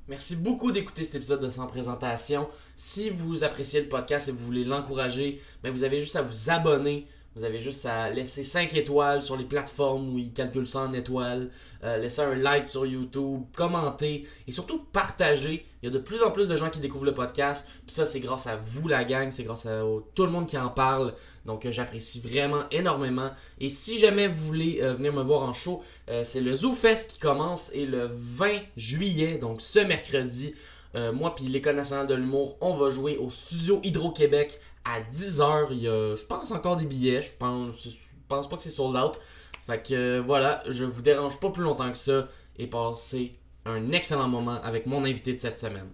Merci beaucoup d'écouter cet épisode de Sans Présentation. Si vous appréciez le podcast et vous voulez l'encourager, vous avez juste à vous abonner. Vous avez juste à laisser 5 étoiles sur les plateformes où ils calculent ça en étoiles. Laisser un like sur YouTube, commenter et surtout partager. Il y a de plus en plus de gens qui découvrent le podcast. Puis ça, c'est grâce à vous, la gang. C'est grâce à tout le monde qui en parle. Donc, j'apprécie vraiment énormément. Et si jamais vous voulez venir me voir en show, c'est le ZooFest qui commence et le 20 juillet, donc ce mercredi. Moi puis l'École nationale de l'humour, on va jouer au Studio Hydro-Québec à 10h. Il y a, je pense, encore des billets. Je pense pas que c'est sold out. Fait que voilà, je vous dérange pas plus longtemps que ça et passez un excellent moment avec mon invité de cette semaine.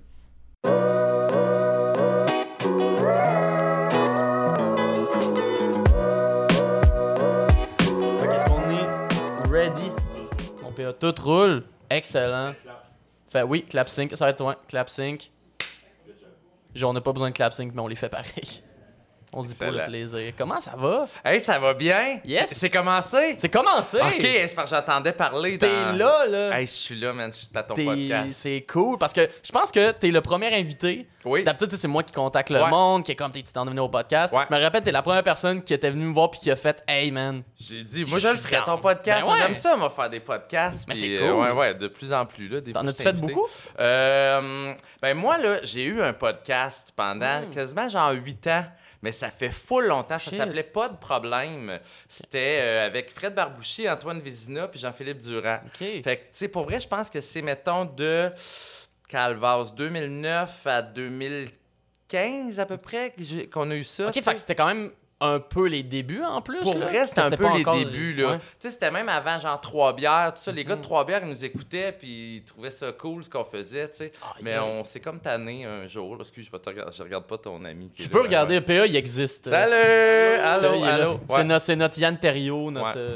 Fait qu'est-ce qu'on est ready? Mon PA, tout roule. Excellent. Fait oui, clap sync, ça va être loin. Clap sync. Genre, on n'a pas besoin de clap sync, mais on les fait pareil. On se dit pour le plaisir. Comment ça va? Hey, ça va bien? Yes! C'est commencé? C'est commencé! Ok, c'est parce que j'entendais parler dans... T'es là! Hey, je suis là, man, je suis à ton podcast. C'est cool, parce que je pense que t'es le premier invité. Oui. D'habitude, c'est moi qui contacte le monde, qui est comme, t'es-tu t'en venu au podcast? Ouais. Je me répète, t'es la première personne qui était venue me voir puis qui a fait, hey man. J'ai dit, moi, je le ferais ton podcast. Ben Moi, ouais. j'aime ça, moi, faire des podcasts. Mais puis, c'est cool. ouais, de plus en plus, là. Des T'en fois, as-tu je suis fait invité. beaucoup? Ben, moi, là, j'ai eu un podcast pendant quasiment genre 8 ans. Mais ça fait full longtemps. Ça Shit. s'appelait Pas de problème. C'était avec Fred Barbouchi, Antoine Vézina puis Jean-Philippe Durand. OK. Fait que, tu sais, pour vrai, je pense que c'est, mettons, de Calvas 2009 à 2015 à peu près qu'on a eu ça. OK, tu sais. fait que c'était quand même un peu les débuts en plus. Pour là? vrai, c'était un peu pas les encore- débuts, là. Ouais. Tu sais, c'était même avant, genre, Trois-Bières, tout ça. Les gars de Trois-Bières, ils nous écoutaient, puis ils trouvaient ça cool, ce qu'on faisait, tu sais. Ah, Mais yeah. on s'est comme tanné un jour. Là. Excuse, je regarde pas ton ami. qui Tu est peux là, regarder, ouais. PA, il existe. Salut! Allô, Il est là. allô. C'est notre Yann Terriot, notre... Ouais.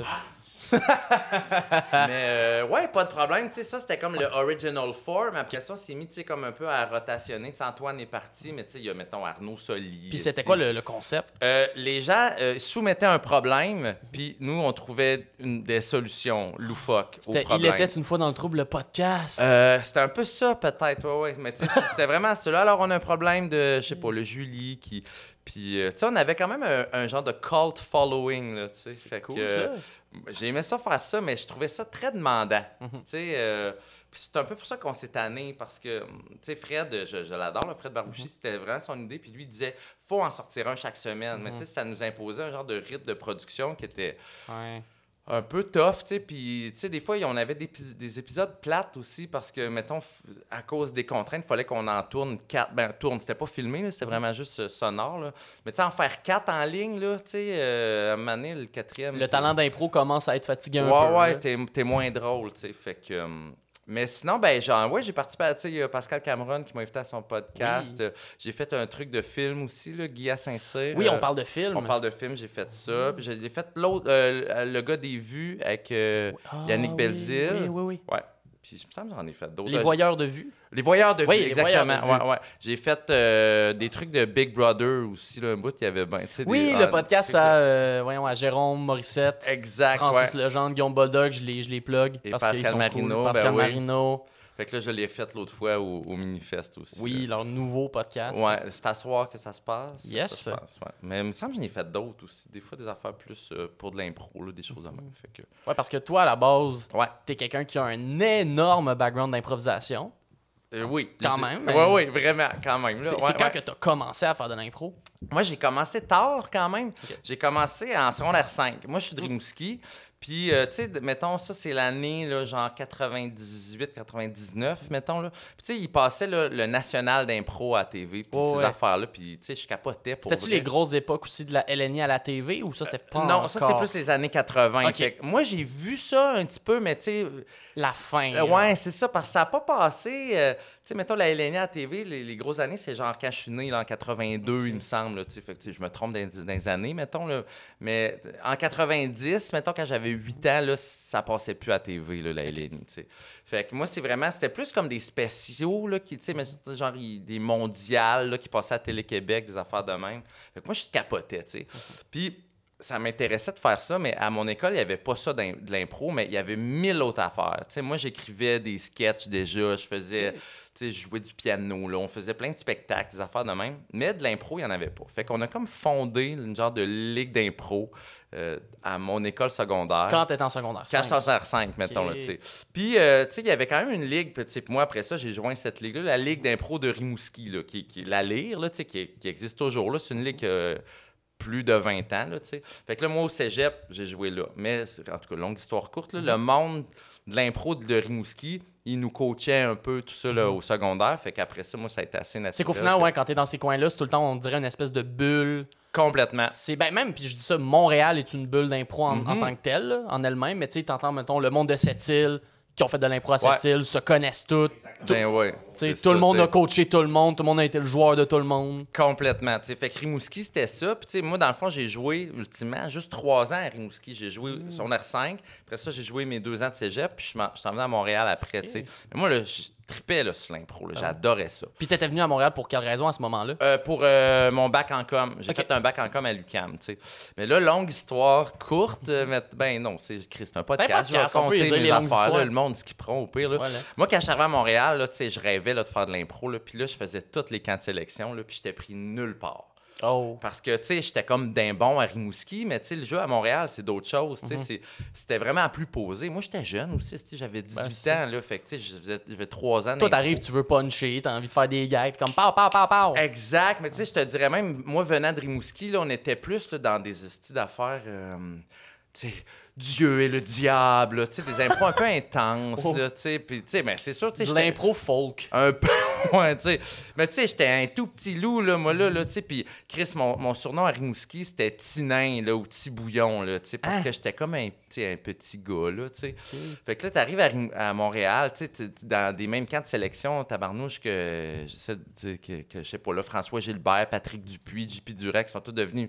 Mais ouais, pas de problème. Tu sais, ça, c'était comme le original four. Mais après ça, on s'est mis, tu sais, comme un peu à rotationner. Tu sais, Antoine est parti, mais tu sais, il y a, mettons, Arnaud Soli. Puis c'était ici. quoi le concept? Les gens soumettaient un problème, puis nous, on trouvait des solutions loufoques au Il problème. était une fois dans le trouble, le podcast. C'était un peu ça, peut-être, ouais. Mais tu sais, c'était vraiment cela. Alors, on a un problème de, je sais pas, le Julie qui... Puis, tu sais, on avait quand même un genre de cult following, là, tu sais. Fait cool, que, ça. j'ai aimé ça faire ça, mais je trouvais ça très demandant. Tu sais, puis c'est un peu pour ça qu'on s'est tanné, parce que, tu sais, Fred, je l'adore, là, Fred Barbouchi, c'était vraiment son idée, puis lui, il disait, faut en sortir un chaque semaine. Mais tu sais, ça nous imposait un genre de rythme de production qui était Ouais. un peu tough, tu sais, puis, tu sais, des fois, on avait des épisodes plates aussi, parce que, mettons, à cause des contraintes, il fallait qu'on en tourne 4. Ben, c'était pas filmé, là, c'était vraiment juste sonore, là. Mais, tu sais, en faire 4 en ligne, là, tu sais, à un moment donné, le 4e... Le talent d'impro commence à être fatigué un peu. Ouais, là. t'es moins drôle, tu sais, fait que... mais sinon, ben, genre, ouais, j'ai participé à, tu sais, il y a Pascal Cameron qui m'a invité à son podcast. Oui. J'ai fait un truc de film aussi, là, Guy à Saint-Cyr. Oui, on parle de film. On parle de film, j'ai fait ça. Puis j'ai fait l'autre, le gars des vues avec Yannick Ah, Belzile. Oui. Ouais. Puis je me semble que j'en ai fait d'autres. Les voyeurs de vue. Les voyeurs de vue, Oui, les exactement. voyeurs de vue. Ouais. J'ai fait des trucs de Big Brother aussi, là, un bout, il y avait ben, tu sais, Oui, des- le podcast à Jérôme Morissette, Exact, Francis ouais. Legendre, Guillaume Bulldog, je les plug. Et parce Pascal qu'ils sont Marino, cool. Pascal ben oui. Marino. Fait que là, je l'ai fait l'autre fois au Minifest aussi. Oui, leur nouveau podcast. Ouais, c'est à soir que ça se passe. Yes. Ça se passe, ouais. Mais il me semble que j'en ai fait d'autres aussi. Des fois, des affaires plus pour de l'impro, là, des choses de même. Fait que... Ouais, parce que toi, à la base, Ouais. t'es quelqu'un qui a un énorme background d'improvisation. Oui. Quand je dis- même, Ouais, mais- oui, vraiment, quand même. là. C'est Ouais, quand ouais. que t'as commencé à faire de l'impro? Moi, j'ai commencé tard quand même. J'ai commencé en secondaire 5. Moi, je suis de Rimouski. Puis, tu sais, mettons, ça, c'est l'année, là, genre 98, 99, mettons, là. Puis, tu sais, il passait là, le national d'impro à la TV, puis Oh, ces ouais. affaires-là. Puis, tu sais, je capotais pour C'était-tu vrai. les grosses époques aussi de la LNI à la TV ou ça, c'était pas Non, ça, c'est encore plus les années 80. Ok. Fait que moi, j'ai vu ça un petit peu, mais tu sais... la fin? là. Ouais, c'est ça, parce que ça n'a pas passé. Tu sais, mettons, la LNI à la TV, les grosses années, c'est genre cachuné là, en 82, il me semble. Là, tu sais, fait que, tu sais, je me trompe dans les années, mettons. Là. Mais en 90, mettons, quand j'avais 8 ans, là, ça passait plus à la TV, là, la LNI. Tu sais. Fait que moi, c'était plus comme des spéciaux, là, qui, tu sais, mais genre des mondiales là, qui passaient à Télé-Québec, des affaires de même. Fait que moi, je capotais, tu sais. Puis, ça m'intéressait de faire ça, mais à mon école, il n'y avait pas ça de l'impro, mais il y avait 1000 autres affaires. Tu sais, moi, j'écrivais des sketchs déjà, je faisais, tu sais, je jouais du piano, là, on faisait plein de spectacles, des affaires de même, mais de l'impro, il n'y en avait pas. Fait qu'on a comme fondé une genre de ligue d'impro à mon école secondaire. Quand t'étais en secondaire 5. Quand je suis en secondaire 5, mettons, Ok. là, tu sais. Puis, tu sais, il y avait quand même une ligue, puis, tu sais, moi, après ça, j'ai joint cette ligue-là, la Ligue d'impro de Rimouski, là, qui est la LIRE, là, tu sais, qui existe toujours, là. C'est une ligue plus de 20 ans, là, tu sais. Fait que là, moi, au cégep, j'ai joué là. Mais, en tout cas, longue histoire courte, là, le monde de l'impro de Rimouski, il nous coachait un peu tout ça là, au secondaire. Fait qu'après ça, moi, ça a été assez naturel. C'est qu'au final, ouais, quand t'es dans ces coins-là, c'est tout le temps, on dirait une espèce de bulle. Complètement. C'est ben même, puis je dis ça, Montréal est une bulle d'impro en tant que telle, là, en elle-même, mais tu sais, t'entends, mettons, le monde de Sept-Îles, qui ont fait de l'impro à Sept-Îles, se connaissent tous. Ben ouais. T'sais, c'est tout le ça, monde t'sais. a coaché tout le monde a été le joueur de tout le monde. Complètement. T'sais. Fait que Rimouski, c'était ça. Puis, tu sais, moi, dans le fond, j'ai joué, ultimement, juste 3 ans à Rimouski. J'ai joué son R5. Après ça, j'ai joué mes 2 ans de cégep. Puis, je suis venu à Montréal après, tu sais. Mais moi, là, je tripais là, sur l'impro. Là. J'adorais ça. Puis t'étais venu à Montréal pour quelle raison à ce moment-là? Pour mon bac en com. J'ai Ok. fait un bac en com à l'UQAM, tu sais. Mais là, longue histoire courte, mais ben non, c'est un podcast. Je vais podcast, on peut raconter dire mes les longues affaires, là, histoires. le monde, ce qu'ils prend au pire. Là. Voilà. Moi, quand je suis arrivé à Montréal, là, tu sais, je rêvais là, de faire de l'impro. Là, puis là, je faisais tous les camps de sélection, là, puis j'étais pris nulle part. Oh. Parce que, tu sais, j'étais comme d'un bon à Rimouski, mais tu sais, le jeu à Montréal, c'est d'autres choses. Tu sais, c'était vraiment plus posé. Moi, j'étais jeune aussi, tu sais, j'avais 18 ans, là. Fait que, tu sais, j'avais 3 ans. Toi, d'impro. t'arrives, tu veux puncher, t'as envie de faire des gags, comme pow, pow, pow, pow. Exact, mais tu sais, je te dirais même, moi, venant de Rimouski, là, on était plus là, dans des estis d'affaires, tu sais, Dieu et le diable, là, tu sais, des impros un peu intenses, Oh. là, tu sais, puis tu sais, mais c'est sûr, tu sais, De j'étais l'impro folk. un peu, ouais, tu sais, mais tu sais, j'étais un tout petit loup, là, moi, là, tu sais, puis Chris, mon surnom à Rimouski, c'était Tinain, là, ou Petit Bouillon, là, tu sais, parce que j'étais comme un petit gars, là, tu sais. Fait que là, t'arrives à Montréal, tu sais, dans des mêmes camps de sélection, tabarnouche, j'essaie de dire que je sais pas, là, François Gilbert, Patrick Dupuis, JP Durex sont tous devenus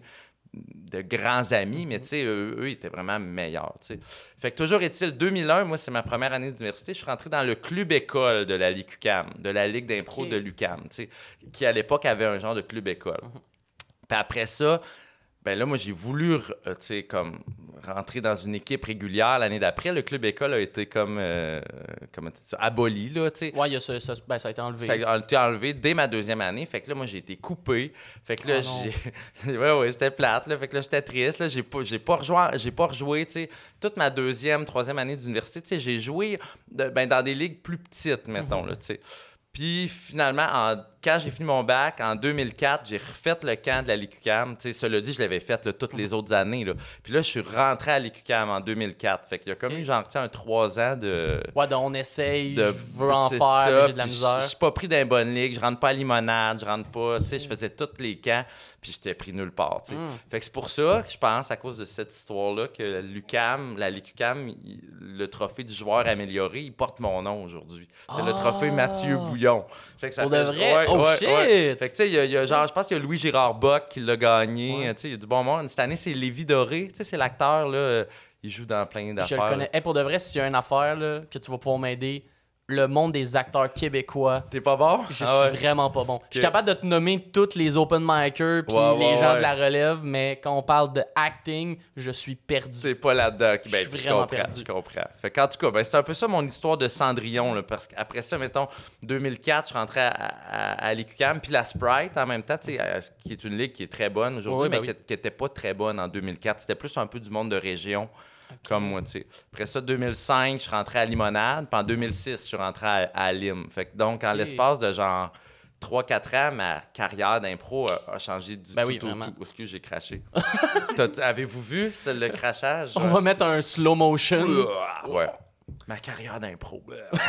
de grands amis, mais tu sais, eux, ils étaient vraiment meilleurs, tu sais. Fait que toujours est-il, 2001, moi, c'est ma première année d'université, je suis rentré dans le club école de la LICUQAM, de la Ligue d'impro Ok. de l'UQAM, tu sais, qui, à l'époque, avait un genre de club école. Puis après ça, ben là, moi, j'ai voulu, tu sais, comme rentrer dans une équipe régulière l'année d'après. Le club école a été comme, comment tu dis ça, aboli, là, tu sais. Ouais, il y a ça, ben, ça a été enlevé. Ça a été enlevé dès ma deuxième année. Fait que là, moi, j'ai été coupé. Fait que là, Oh non. ouais, c'était plate, là. Fait que là, j'étais triste, là. J'ai pas rejoué, tu sais. Toute ma deuxième, troisième année d'université, tu sais, j'ai joué dans des ligues plus petites, mettons, là, tu sais. Puis finalement, quand j'ai fini mon bac, en 2004, j'ai refait le camp de la LICUQAM. Tu sais, cela dit, je l'avais fait là, toutes les autres années. Là. Puis là, je suis rentré à l'ICUQAM en 2004. Fait qu'il y a comme eu, genre, tu sais, un 3 ans de... Ouais, donc on essaye, de- je veux en c'est faire, ça, mais j'ai de la puis misère. Je suis pas pris dans une bonne ligue, je rentre pas à Limonade, je rentre pas, tu sais, je faisais tous les camps, puis j'étais pris nulle part, tu sais. Fait que c'est pour ça que je pense, à cause de cette histoire-là, que l'UQAM, la LICUQAM, le trophée du joueur amélioré, il porte mon nom aujourd'hui. C'est le trophée Mathieu Bouillon. Fait que ça Pour de fait- vrai? ouais, Oh, ouais, shit! ouais. Fait que tu sais, il y a genre, je pense qu'il y a Louis Gérard Bock qui l'a gagné, tu sais, il y a du bon monde. Cette année, c'est Lévi Doré, tu sais, c'est l'acteur, là, il joue dans plein Je d'affaires. le connais. Hey, pour de vrai, s'il y a une affaire là, que tu vas pouvoir m'aider, le monde des acteurs québécois, T'es pas bon? je Ah suis ouais. vraiment pas bon. Je suis capable de te nommer tous les open micers puis Ouais, les ouais, gens ouais. de la relève, mais quand on parle de acting, je suis perdu. T'es pas là-dedans. Je Ben, suis je vraiment comprends, perdu. je comprends. Fait qu'en tout cas, ben, c'est un peu ça mon histoire de Cendrillon, là, parce qu'après ça, mettons, 2004, je suis rentré à l'ICUQAM, puis la Sprite en même temps, tu sais, qui est une ligue qui est très bonne aujourd'hui, Oui, ben mais oui. qui était pas très bonne en 2004. C'était plus un peu du monde de région. Comme moi, tu sais. Après ça, 2005, je suis rentré à Limonade. Puis en 2006, je suis rentré à Lim. Fait que donc, en Ok. l'espace de genre 3-4 ans, ma carrière d'impro a changé du Ben tout oui, au vraiment. tout. Excuse, j'ai craché. Avez-vous vu le crachage? On va mettre un slow motion. Ouais. Ma carrière d'impro.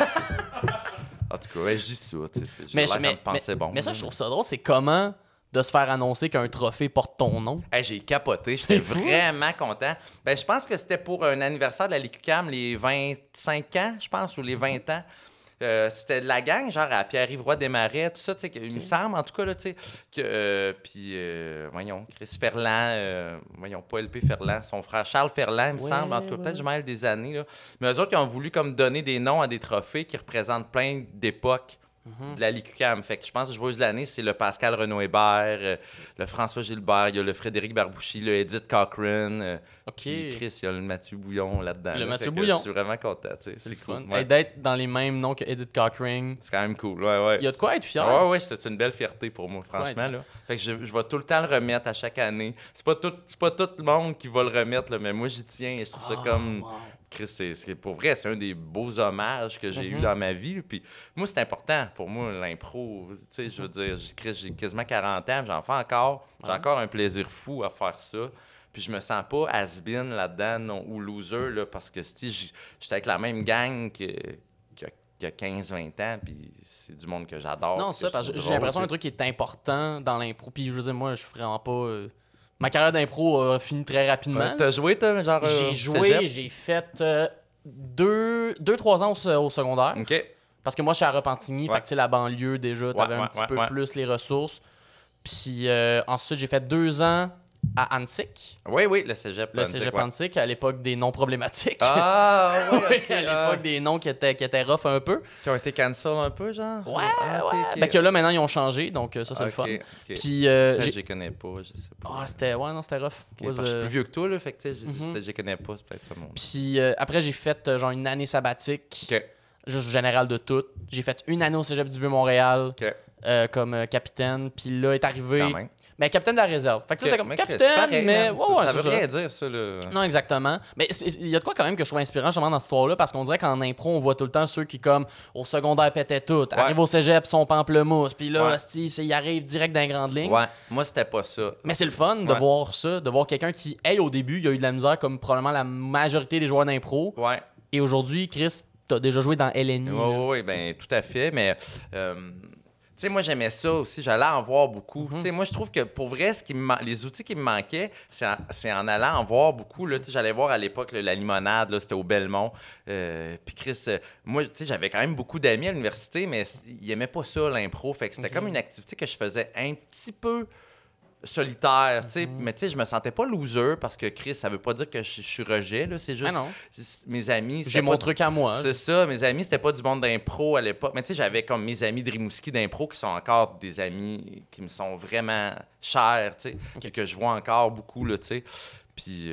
En tout cas, ouais, je dis ça. Tu sais, j'ai l'air de penser bon. mais ça, je trouve ça drôle. C'est comment de se faire annoncer qu'un trophée porte ton nom. Hey, j'ai capoté, j'étais C'est fou. vraiment content. Ben, je pense que c'était pour un anniversaire de la LICUQAM, les 25 ans, je pense, ou les 20 ans. C'était de la gang, genre à Pierre-Yves Roy Desmarais, tout ça, tu sais, il me semble, en tout cas, là, tu sais, que, puis, voyons, Chris Ferland, voyons, pas LP Ferland, son frère Charles Ferland, il me Ouais, semble, en tout cas, ouais. peut-être je mêle des années, là. Mais eux autres, ils ont voulu comme donner des noms à des trophées qui représentent plein d'époques de la LICUQAM. Fait que je pense que joueuse de l'année, c'est le Pascal Renaud-Hébert, le François Gilbert, il y a le Frédéric Barbouchi, le Edith Cochrane. Puis Chris, il y a le Mathieu Bouillon là-dedans. Le là. Mathieu Fait que Bouillon. Je suis vraiment content. C'est fun. cool. Ouais. Et d'être dans les mêmes noms que Edith Cochrane. C'est quand même cool. Ouais. Il y a de quoi être fier. Ouais, c'est une belle fierté pour moi, franchement. Ouais, là. Fait que je vais tout le temps le remettre à chaque année. C'est pas tout le monde qui va le remettre, là, mais moi, j'y tiens. Je trouve ça comme... Wow. Chris, c'est pour vrai, c'est un des beaux hommages que j'ai eu dans ma vie. Puis moi, c'est important pour moi, l'impro. Tu sais, je veux dire, j'ai quasiment 40 ans, j'en fais encore. J'ai encore un plaisir fou à faire ça. Puis je me sens pas has-been là-dedans ou loser, là, parce que j'étais avec la même gang qu'il y a 15-20 ans, puis c'est du monde que j'adore. Non, ça, parce que j'ai l'impression qu'un truc qui est important dans l'impro. Puis je veux dire, moi, je suis vraiment pas. Ma carrière d'impro a fini très rapidement. Ouais, t'as joué, toi, genre. J'ai joué, cégep? j'ai fait 2-3 ans au secondaire. OK. Parce que moi, je suis à Repentigny, Ouais. fait que tu sais, la banlieue, déjà, t'avais un petit peu plus les ressources. Puis ensuite, j'ai fait 2 ans à Annecy. Oui, le cégep. Le cégep ouais. Annecy, à l'époque des noms problématiques. Ah, oui, Oui, OK. à l'époque des noms qui étaient rough un peu. Qui ont été cancel un peu, genre? Ouais, Ah, OK, ouais. OK. Ben que là, maintenant, ils ont changé, donc ça, c'est le fun. OK. Puis, Peut-être que j'ai... je les connais pas, je sais pas. Ah, c'était rough. Ok, parce que je suis plus vieux que toi, là, fait que tu sais, Mhm. peut-être que je les connais pas, c'est peut-être ça mon. Puis après, j'ai fait genre une année sabbatique, OK. juste général de tout. J'ai fait une année au cégep du Vieux-Montréal OK. comme capitaine. Puis là, est arrivé... Quand même. Mais capitaine de la réserve. Fait que tu sais, OK, c'était comme mais Chris, capitaine, c'est pareil, mais... man. Ouais, ça c'est veut rien dire, ça, là. Non, exactement. Mais il y a de quoi quand même que je trouve inspirant justement dans cette histoire-là, parce qu'on dirait qu'en impro, on voit tout le temps ceux qui, comme, au secondaire pétaient tout, arrivent au cégep, sont pamplemousse, puis là, ils arrivent direct dans les grandes lignes. Ouais, moi, c'était pas ça. Mais c'est le fun de voir ça, de voir quelqu'un qui, au début, il a eu de la misère, comme probablement la majorité des joueurs d'impro. Ouais. Et aujourd'hui, Chris, t'as déjà joué dans LNI. Oui, ben tout à fait, mais... tu sais, moi, j'aimais ça aussi. J'allais en voir beaucoup. Tu sais, moi, je trouve que pour vrai, les outils qui me manquaient, c'est en allant en voir beaucoup. Là. Tu sais, j'allais voir à l'époque la limonade, là, c'était au Belmont. Puis Chris, moi, tu sais, j'avais quand même beaucoup d'amis à l'université, mais ils n'aimaient pas ça, l'impro. Fait que c'était comme une activité que je faisais un petit peu solitaire, tu sais, mais tu sais, je me sentais pas loser parce que Chris, ça veut pas dire que je suis rejet, là, c'est juste mes amis. J'ai mon truc à moi. C'est ça, mes amis, c'était pas du monde d'impro à l'époque, mais tu sais, j'avais comme mes amis de Rimouski d'impro qui sont encore des amis qui me sont vraiment chers, tu sais, que je vois encore beaucoup, là, tu sais, puis...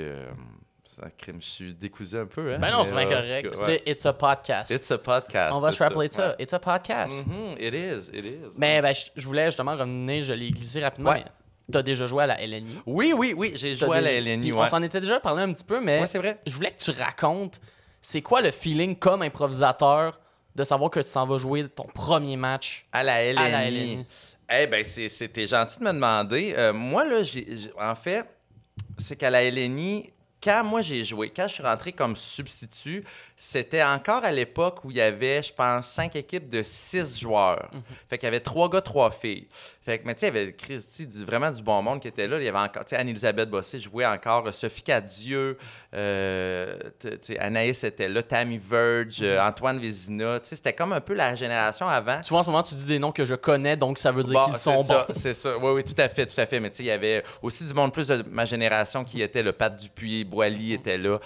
je suis décousu un peu, hein? Ben non, c'est bien correct. C'est It's a podcast. It's a podcast. On va se rappeler ça. ça. It's a podcast. It is. Mais ben, je voulais justement revenir, je l'ai glissé rapidement. Ouais. T'as déjà joué à la LNI. Oui, j'ai joué à la LNI, Puis ouais. on s'en était déjà parlé un petit peu, mais Ouais, c'est vrai. je voulais que tu racontes, c'est quoi le feeling comme improvisateur de savoir que tu s'en vas jouer ton premier match à la LNI. à la LNI. Eh bien, c'était gentil de me demander. Moi, là, en fait, c'est qu'à la LNI, quand je suis rentré comme substitut, c'était encore à l'époque où il y avait, je pense, 5 équipes de 6 joueurs. Fait qu'il y avait 3 gars, 3 filles. Fait que, mais tu sais, il y avait Christy, vraiment du bon monde qui était là. Il y avait encore, tu sais, Anne-Elisabeth Bossé jouait encore, Sophie Cadieux, tu sais, Anaïs était là, Tammy Verge, Antoine Vézina. Tu sais, c'était comme un peu la génération avant. Tu vois, en ce moment, tu dis des noms que je connais, donc ça veut dire qu'ils sont bons. C'est ça. Oui, tout à fait. Mais tu sais, il y avait aussi du monde plus de ma génération qui était le Pat Dupuis, Boily était là.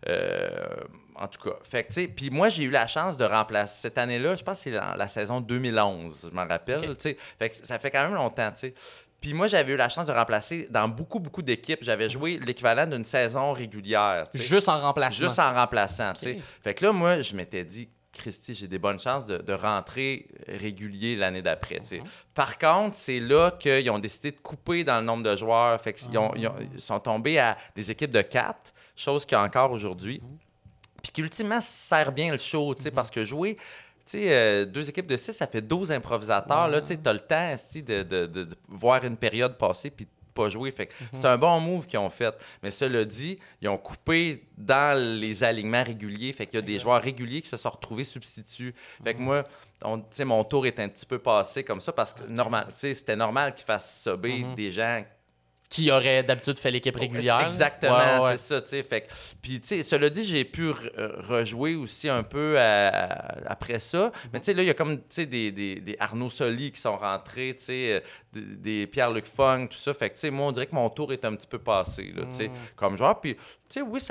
En tout cas, fait que, tu sais, puis moi, j'ai eu la chance de remplacer cette année-là, je pense que c'est la saison 2011, je m'en rappelle, tu sais. Fait que ça fait quand même longtemps, tu sais. Puis moi, j'avais eu la chance de remplacer dans beaucoup d'équipes. J'avais joué l'équivalent d'une saison régulière, tu sais. Juste en remplacement. Juste en remplaçant, tu sais. Fait que là, moi, je m'étais dit, Christy, j'ai des bonnes chances de rentrer régulier l'année d'après, tu sais. Par contre, c'est là qu'ils ont décidé de couper dans le nombre de joueurs. Fait qu'ils ils sont tombés à des équipes de 4, chose qu'il y a encore aujourd'hui. Puis qui, ultimement, sert bien le show, tu sais, parce que jouer... Tu sais, 2 équipes de 6, ça fait 12 improvisateurs. Là, tu sais, t'as le temps de voir une période passer puis de pas jouer. Fait que c'est un bon move qu'ils ont fait. Mais cela dit, ils ont coupé dans les alignements réguliers. Fait qu'il y a des joueurs réguliers qui se sont retrouvés substituts. Fait que moi, tu sais, mon tour est un petit peu passé comme ça parce que c'était normal qu'ils fassent subber des gens qui aurait d'habitude fait l'équipe régulière. Exactement, c'est ça, tu sais. Fait que, puis, tu sais, cela dit, j'ai pu rejouer aussi un peu après ça. Mais, tu sais, là, il y a comme, tu sais, des Arnaud Soli qui sont rentrés, tu sais, des Pierre-Luc Funk, tout ça. Fait que, tu sais, moi, on dirait que mon tour est un petit peu passé, là, tu sais, comme joueur. Puis, tu sais, oui, ça a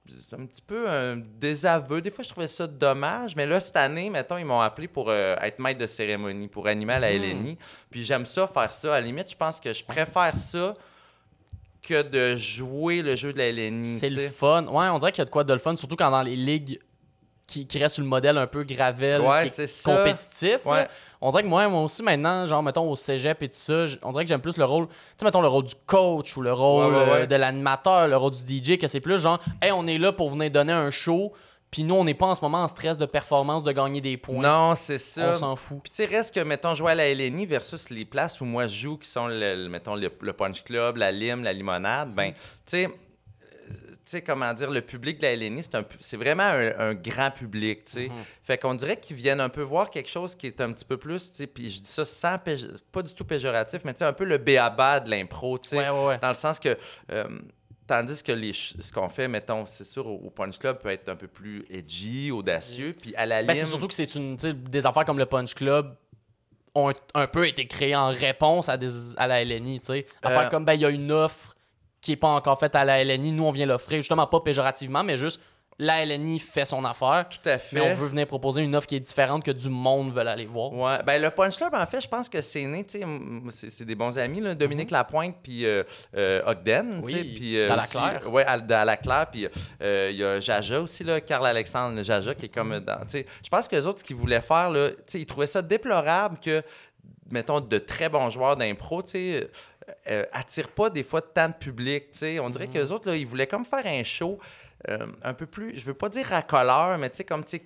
c'est un petit peu un désaveu. Des fois, je trouvais ça dommage. Mais là, cette année, mettons, ils m'ont appelé pour être maître de cérémonie, pour animer à la LNI. Puis j'aime ça, faire ça. À la limite, je pense que je préfère ça que de jouer le jeu de la LNI. C'est le fun. Ouais, on dirait qu'il y a de quoi de le fun, surtout quand dans les ligues qui restent sur le modèle un peu gravel, qui est compétitif. Ouais. On dirait que moi aussi, maintenant, genre, mettons, au cégep et tout ça, on dirait que j'aime plus le rôle, tu sais, mettons, le rôle du coach ou le rôle de l'animateur, le rôle du DJ, que c'est plus genre, hey, on est là pour venir donner un show, puis nous, on n'est pas en ce moment en stress de performance, de gagner des points. Non, c'est ça. On s'en fout. Puis tu sais, reste que, mettons, jouer à la LNI versus les places où moi je joue, qui sont, mettons, le Punch Club, la Lime, la Limonade, ben, tu sais, comment dire, le public de la LNI, c'est vraiment un grand public, tu sais. Fait qu'on dirait qu'ils viennent un peu voir quelque chose qui est un petit peu plus, tu sais, puis je dis ça sans pas du tout péjoratif, mais tu sais, un peu le b.a.-ba de l'impro, tu sais. Ouais. Dans le sens que... tandis que ce qu'on fait, mettons, c'est sûr, au Punch Club peut être un peu plus edgy, audacieux, puis à la Lime... C'est surtout que c'est des affaires comme le Punch Club ont un peu été créées en réponse à la LNI, tu sais. Affaires comme, il y a une offre qui n'est pas encore faite à la LNI, nous, on vient l'offrir, justement pas péjorativement, mais juste la LNI fait son affaire. Tout à fait. Mais on veut venir proposer une offre qui est différente que du monde veut aller voir. Ouais, ben le Punch Club, en fait, je pense que c'est né, tu sais, c'est des bons amis, là, Dominique Lapointe puis Ogden, tu sais, puis à la Claire. Ouais, à la Claire, puis il y a Jaja aussi, là, Carl-Alexandre Jaja, qui est comme dans, tu sais, je pense que les autres, ce qu'ils voulaient faire, là, tu sais, ils trouvaient ça déplorable que, mettons, de très bons joueurs d'impro, tu sais, attirent pas des fois tant de public, tu sais. On dirait qu'eux autres, là, ils voulaient comme faire un show un peu plus, je veux pas dire racoleur, mais tu sais, comme, tu sais,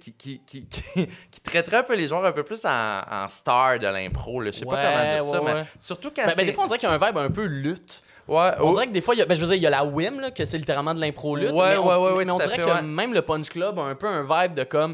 qui traiterait un peu les joueurs un peu plus en star de l'impro, là. Je sais pas comment dire ça, mais surtout quand des fois, on dirait qu'il y a un vibe un peu lutte. Ouais, on dirait que des fois, je veux dire, il y a la WIM, là, que c'est littéralement de l'impro-lutte, mais on dirait que même le Punch Club a un peu un vibe de comme...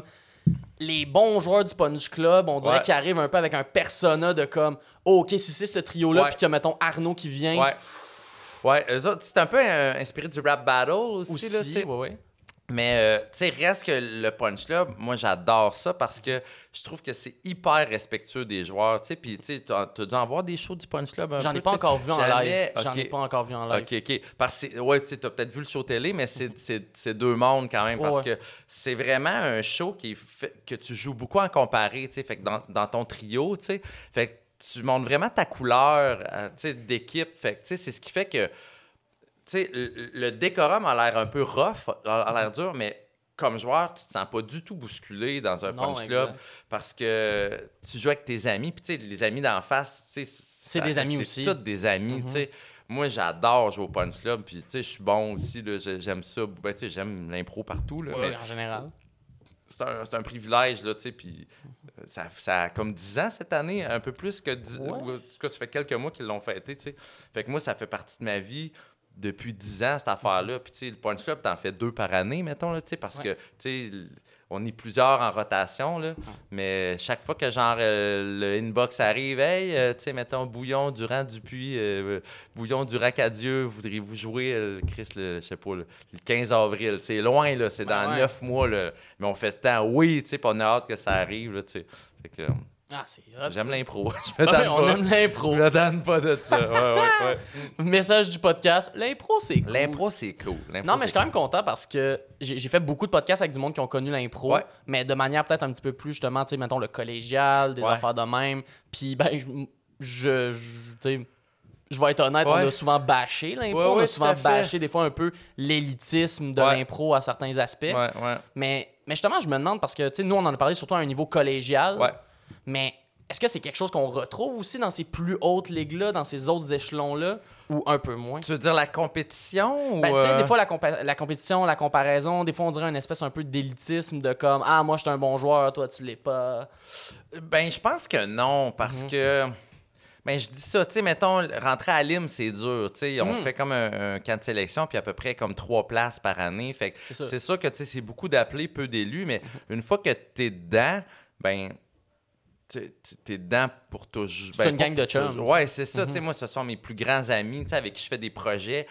Les bons joueurs du Punch Club, on dirait qu'ils arrivent un peu avec un persona de comme oh, OK, si c'est ce trio-là, puis que, mettons, Arnaud qui vient. Ouais, eux autres, c'est un peu inspiré du rap battle aussi là, tu sais. Ouais. Mais, tu sais, reste que le Punch Club, moi, j'adore ça parce que je trouve que c'est hyper respectueux des joueurs, tu sais. Puis, tu sais, t'as dû en voir des shows du Punch Club un peu? J'en ai pas encore vu en live. J'en ai pas encore vu en live. OK. Parce que, ouais, tu sais, t'as peut-être vu le show télé, mais c'est deux mondes quand même parce que c'est vraiment un show qui est fait, que tu joues beaucoup en comparé, tu sais. Fait que dans ton trio, tu sais, fait que tu montres vraiment ta couleur, tu sais, d'équipe. Fait que, tu sais, c'est ce qui fait que... Tu sais, le décorum a l'air un peu rough, a l'air dur, mais comme joueur, tu te sens pas du tout bousculé dans un Punch Club parce que tu joues avec tes amis. Puis, tu sais, les amis d'en face, tu sais... C'est des amis aussi. C'est tous des amis, tu sais. Moi, j'adore jouer au Punch Club, puis, tu sais, je suis bon aussi, là, j'aime ça. Ben, tu sais, j'aime l'impro partout, là. Oui, en général. C'est un privilège, là, tu sais, puis ça a comme 10 ans cette année, un peu plus que 10 ans. En tout cas, ça fait quelques mois qu'ils l'ont fêté, tu sais. Fait que moi, ça fait partie de ma vie depuis 10 ans, cette affaire-là. Puis, tu sais, le Punch Club, t'en fais 2 par année, mettons, là, tu sais, parce que, tu sais, on est plusieurs en rotation, là. Mais chaque fois que, genre, le inbox arrive, hey, tu sais, mettons, Bouillon, Durand, Dupuis, Bouillon, Durand, Cadieux, voudriez-vous jouer, Chris, je sais pas, le 15 avril. C'est loin, là, c'est dans 9 mois, là. Mais on fait le temps, oui, tu sais, puis on a hâte que ça arrive, là, tu sais. Fait que... c'est hot, j'aime l'impro. On aime l'impro. Je me donne pas de ça. Ouais. Message du podcast, l'impro, c'est cool. L'impro, c'est cool. Non, mais je suis quand même content parce que j'ai fait beaucoup de podcasts avec du monde qui ont connu l'impro, mais de manière peut-être un petit peu plus, justement, tu sais, mettons, le collégial, des affaires de même. Puis, ben, tu sais... Je vais être honnête, on a souvent bâché l'impro, on a souvent bâché des fois un peu l'élitisme de l'impro à certains aspects. Mais justement, je me demande, parce que, tu sais, nous, on en a parlé surtout à un niveau collégial. Mais est-ce que c'est quelque chose qu'on retrouve aussi dans ces plus hautes ligues-là, dans ces autres échelons-là, ou un peu moins? Tu veux dire la compétition? Ben, tu sais, des fois, la compétition, la comparaison, des fois, on dirait une espèce un peu d'élitisme de comme « Ah, moi, je suis un bon joueur, toi, tu l'es pas. » Ben, je pense que non, parce que... Ben, je dis ça, tu sais, mettons, rentrer à Lime, c'est dur, tu sais, on fait comme un camp de sélection, puis à peu près comme 3 places par année, fait que c'est sûr que, tu sais, c'est beaucoup d'appelés, peu d'élus, mais une fois que t'es dedans, ben... T'es dedans pour toujours. C'est une gang de chums. Ouais, c'est ça. Tu sais, moi, ce sont mes plus grands amis, tu sais, avec qui je fais des projets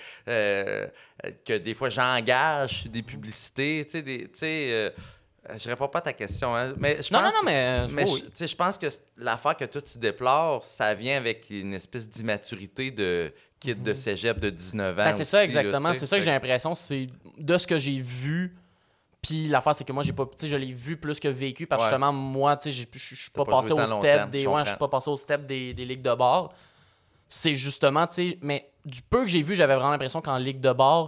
que des fois j'engage sur des publicités. Tu sais, je réponds pas à ta question. Hein, mais je pense je pense que l'affaire que toi tu déplores, ça vient avec une espèce d'immaturité de kid de cégep de 19 ans. Ben, c'est aussi, ça, exactement. Là, c'est ça que j'ai l'impression. C'est de ce que j'ai vu. Puis l'affaire, c'est que moi, j'ai pas, je l'ai vu plus que vécu. Parce que justement, moi, je suis pas passé au step des. Ouais, je suis pas passé au step des ligues de bar. C'est justement, tu sais. Mais du peu que j'ai vu, j'avais vraiment l'impression qu'en ligue de bar,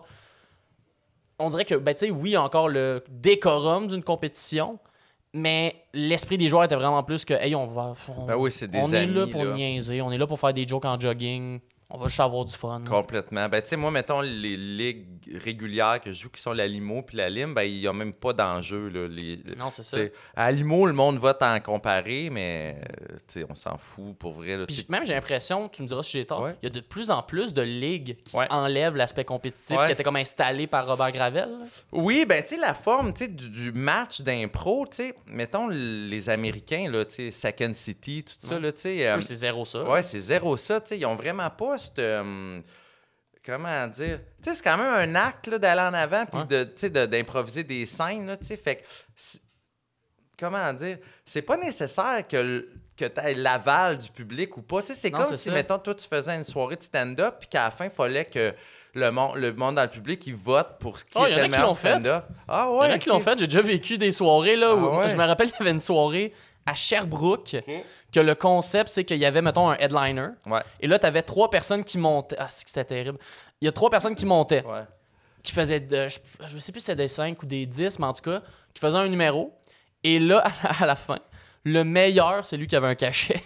on dirait que, ben, tu sais, oui, il y a encore le décorum d'une compétition. Mais l'esprit des joueurs était vraiment plus que, hey, c'est des on amis, est là pour là. niaiser, on est là pour faire des jokes en jogging, on va juste avoir du fun. Complètement. Ben, tu sais, moi, mettons, les ligues régulières que je joue, qui sont la Limo puis la Lime, ben, il n'y a même pas d'enjeu, là. Non, c'est ça. À Limo, le monde vote en comparé, mais, tu sais, on s'en fout, pour vrai. Là, Puis même, j'ai l'impression, tu me diras si j'ai tort, Ouais. il y a de plus en plus de ligues qui Ouais. enlèvent l'aspect compétitif Ouais. qui était comme installé par Robert Gravel. Là. Oui, ben, tu sais, la forme, tu sais, du match d'impro, tu sais, mettons, les Américains, là, tu sais, Second City, tout ça, là, tu sais... Eux, c'est zéro ça. Ouais, c'est zéro ça, tu sais, ils ont vraiment pas cette... comment dire? Tu sais, c'est quand même un acte, là, d'aller en avant puis d'improviser des scènes, là, tu sais, fait que... Comment dire? C'est pas nécessaire que tu aies l'aval du public ou pas. Tu sais, c'est comme si, mettons, toi, tu faisais une soirée de stand-up puis qu'à la fin, il fallait que le monde dans le public, il vote pour ce qui était le meilleur stand-up. Ah ouais? Il y en a qui l'ont fait. J'ai déjà vécu des soirées, là, où ouais. je me rappelle qu'il y avait une soirée à Sherbrooke, que le concept, c'est qu'il y avait, mettons, un headliner. Ouais. Et là, tu avais 3 personnes qui montaient. Ah, c'est que c'était terrible. Il y a 3 personnes qui montaient. Ouais. Qui faisaient, je sais plus si c'était des 5 ou des 10, mais en tout cas, qui faisaient un numéro. Et là, à la fin, le meilleur, c'est lui qui avait un cachet.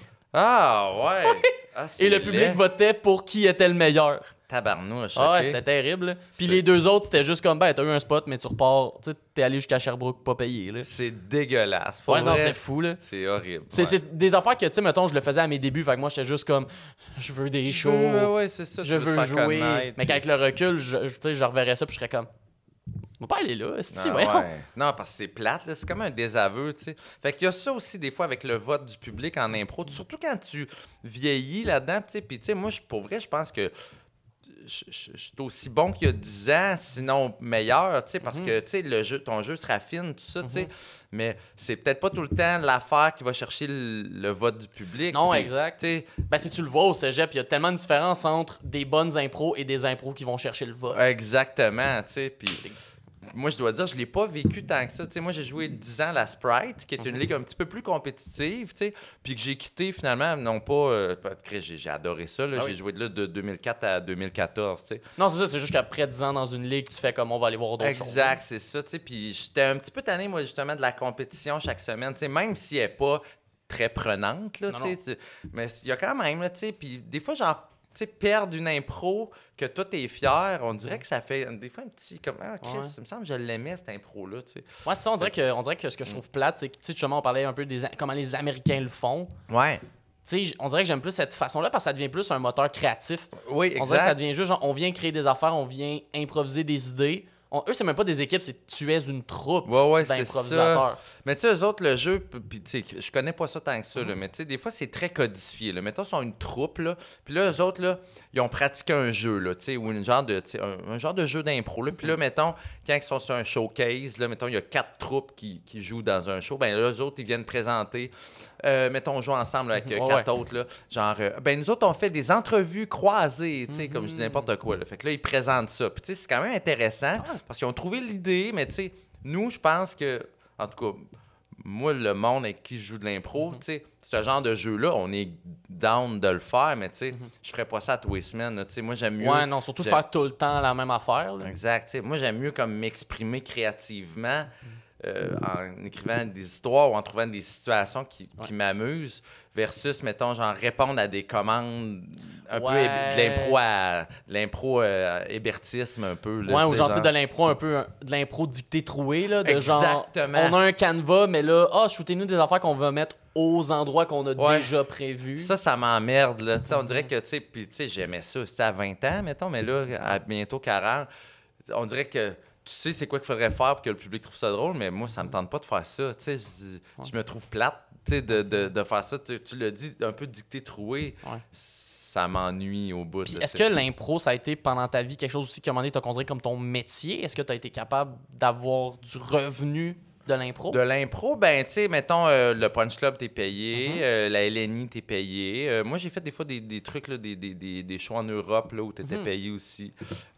Ah ouais! Ah, et le public votait pour qui était le meilleur. Tabarnouche, Ah ouais, ok. c'était terrible. Puis les 2 autres, c'était juste comme, ben, t'as eu un spot, mais tu repars. Tu sais, t'es allé jusqu'à Sherbrooke pas payé. Là. C'est dégueulasse. Ouais, non, c'était fou, là. C'est horrible. C'est des affaires que, tu sais, mettons, je le faisais à mes débuts. Fait que moi, j'étais juste comme, je veux des shows. Ouais, c'est ça. Je veux jouer. Mais qu'avec le recul, tu sais, je reverrais ça, puis je serais comme, on va pas aller là, c'est ouais. Non, parce que c'est plate, là. C'est comme un désaveu, tu sais. Fait qu'il y a ça aussi, des fois, avec le vote du public en impro. Surtout quand tu vieillis là-dedans, tu sais. Puis, tu sais, moi, pour vrai, je pense que je suis aussi bon qu'il y a 10 ans, sinon meilleur, tu sais, parce que, tu sais, ton jeu se raffine, tout ça, tu sais. Mais c'est peut-être pas tout le temps l'affaire qui va chercher le vote du public. Non, puis, exact. Tu sais, Ben, si tu le vois au cégep, il y a tellement de différence entre des bonnes impros et des impros qui vont chercher le vote. exactement, tu sais. Puis moi, je dois dire, je l'ai pas vécu tant que ça. Tu sais, moi, j'ai joué 10 ans à la Sprite, qui est une ligue un petit peu plus compétitive, tu sais, puis que j'ai quitté finalement, non pas... j'ai adoré ça, là. J'ai joué de là de 2004 à 2014, tu sais. Non, c'est ça, c'est juste qu'après 10 ans dans une ligue, tu fais comme on va aller voir d'autres choses. Exact, c'est ça, tu sais. Puis j'étais un petit peu tanné, moi, justement, de la compétition chaque semaine, tu sais, même si elle n'est pas très prenante, là, tu sais. Mais il y a quand même, là, tu sais, puis des fois, genre, tu sais, perdre une impro que toi, t'es fier, on dirait que ça fait des fois un petit... comme ah, Chris, il me semble que je l'aimais, cette impro-là, tu sais. Ouais, c'est ça, on dirait que ce que je trouve plate, c'est que, tu sais, justement, on parlait un peu comment les Américains le font. Ouais. Tu sais, on dirait que j'aime plus cette façon-là parce que ça devient plus un moteur créatif. Oui, exact. On dirait que ça devient juste genre, on vient créer des affaires, on vient improviser des idées. Eux, c'est même pas des équipes, c'est tu es une troupe d'improvisateurs. Mais tu sais, eux autres, le jeu, puis tu sais, je connais pas ça tant que ça, là, mais tu sais, des fois, c'est très codifié. Là. Mettons, ils sont une troupe, là, puis là, eux autres, là, ils ont pratiqué un jeu, là, tu sais, ou un genre de jeu d'impro, là. Puis là, mettons, quand ils sont sur un showcase, là, mettons, il y a 4 troupes qui jouent dans un show, ben là, eux autres, ils viennent présenter, mettons, on joue ensemble avec 4 autres, là, genre, ben nous autres, on fait des entrevues croisées, tu sais, comme je dis n'importe quoi, là. Fait que là, ils présentent ça. Puis tu sais, c'est quand même intéressant. Parce qu'ils ont trouvé l'idée, mais tu sais, nous, je pense que, en tout cas, moi, le monde avec qui je joue de l'impro, tu sais, ce genre de jeu-là, on est down de le faire, mais tu sais, je ferais pas ça tous les semaines, tu sais, moi, j'aime mieux... Ouais, non, surtout faire tout le temps la même affaire, là. Exact, tu sais, moi, j'aime mieux comme m'exprimer créativement en écrivant des histoires ou en trouvant des situations qui m'amusent versus, mettons, genre répondre à des commandes un peu de l'impro hébertisme un peu. Là, ou genre, tu sais, genre... de l'impro un peu, de l'impro dictée trouée, là, de exactement. Genre, on a un canevas, mais là, shootez-nous des affaires qu'on va mettre aux endroits qu'on a déjà prévus. Ça m'emmerde, là. Tu sais, on dirait que, tu sais, puis tu sais, j'aimais ça aussi à 20 ans, mettons, mais là, à bientôt 40, on dirait que tu sais c'est quoi qu'il faudrait faire pour que le public trouve ça drôle, mais moi, ça me tente pas de faire ça. Tu sais, je me trouve plate, tu sais, de faire ça. Tu l'as dit, un peu dicté troué. Ouais. Ça m'ennuie au bout. Est-ce que l'impro, ça a été pendant ta vie quelque chose aussi qu'à un moment donné, tu as considéré comme ton métier? Est-ce que tu as été capable d'avoir du revenu de l'impro? De l'impro, ben, tu sais, mettons, le Punch Club, t'es payé, la LNI, t'es payé. Moi, j'ai fait des fois des trucs, là, des shows en Europe, là, où t'étais payé aussi.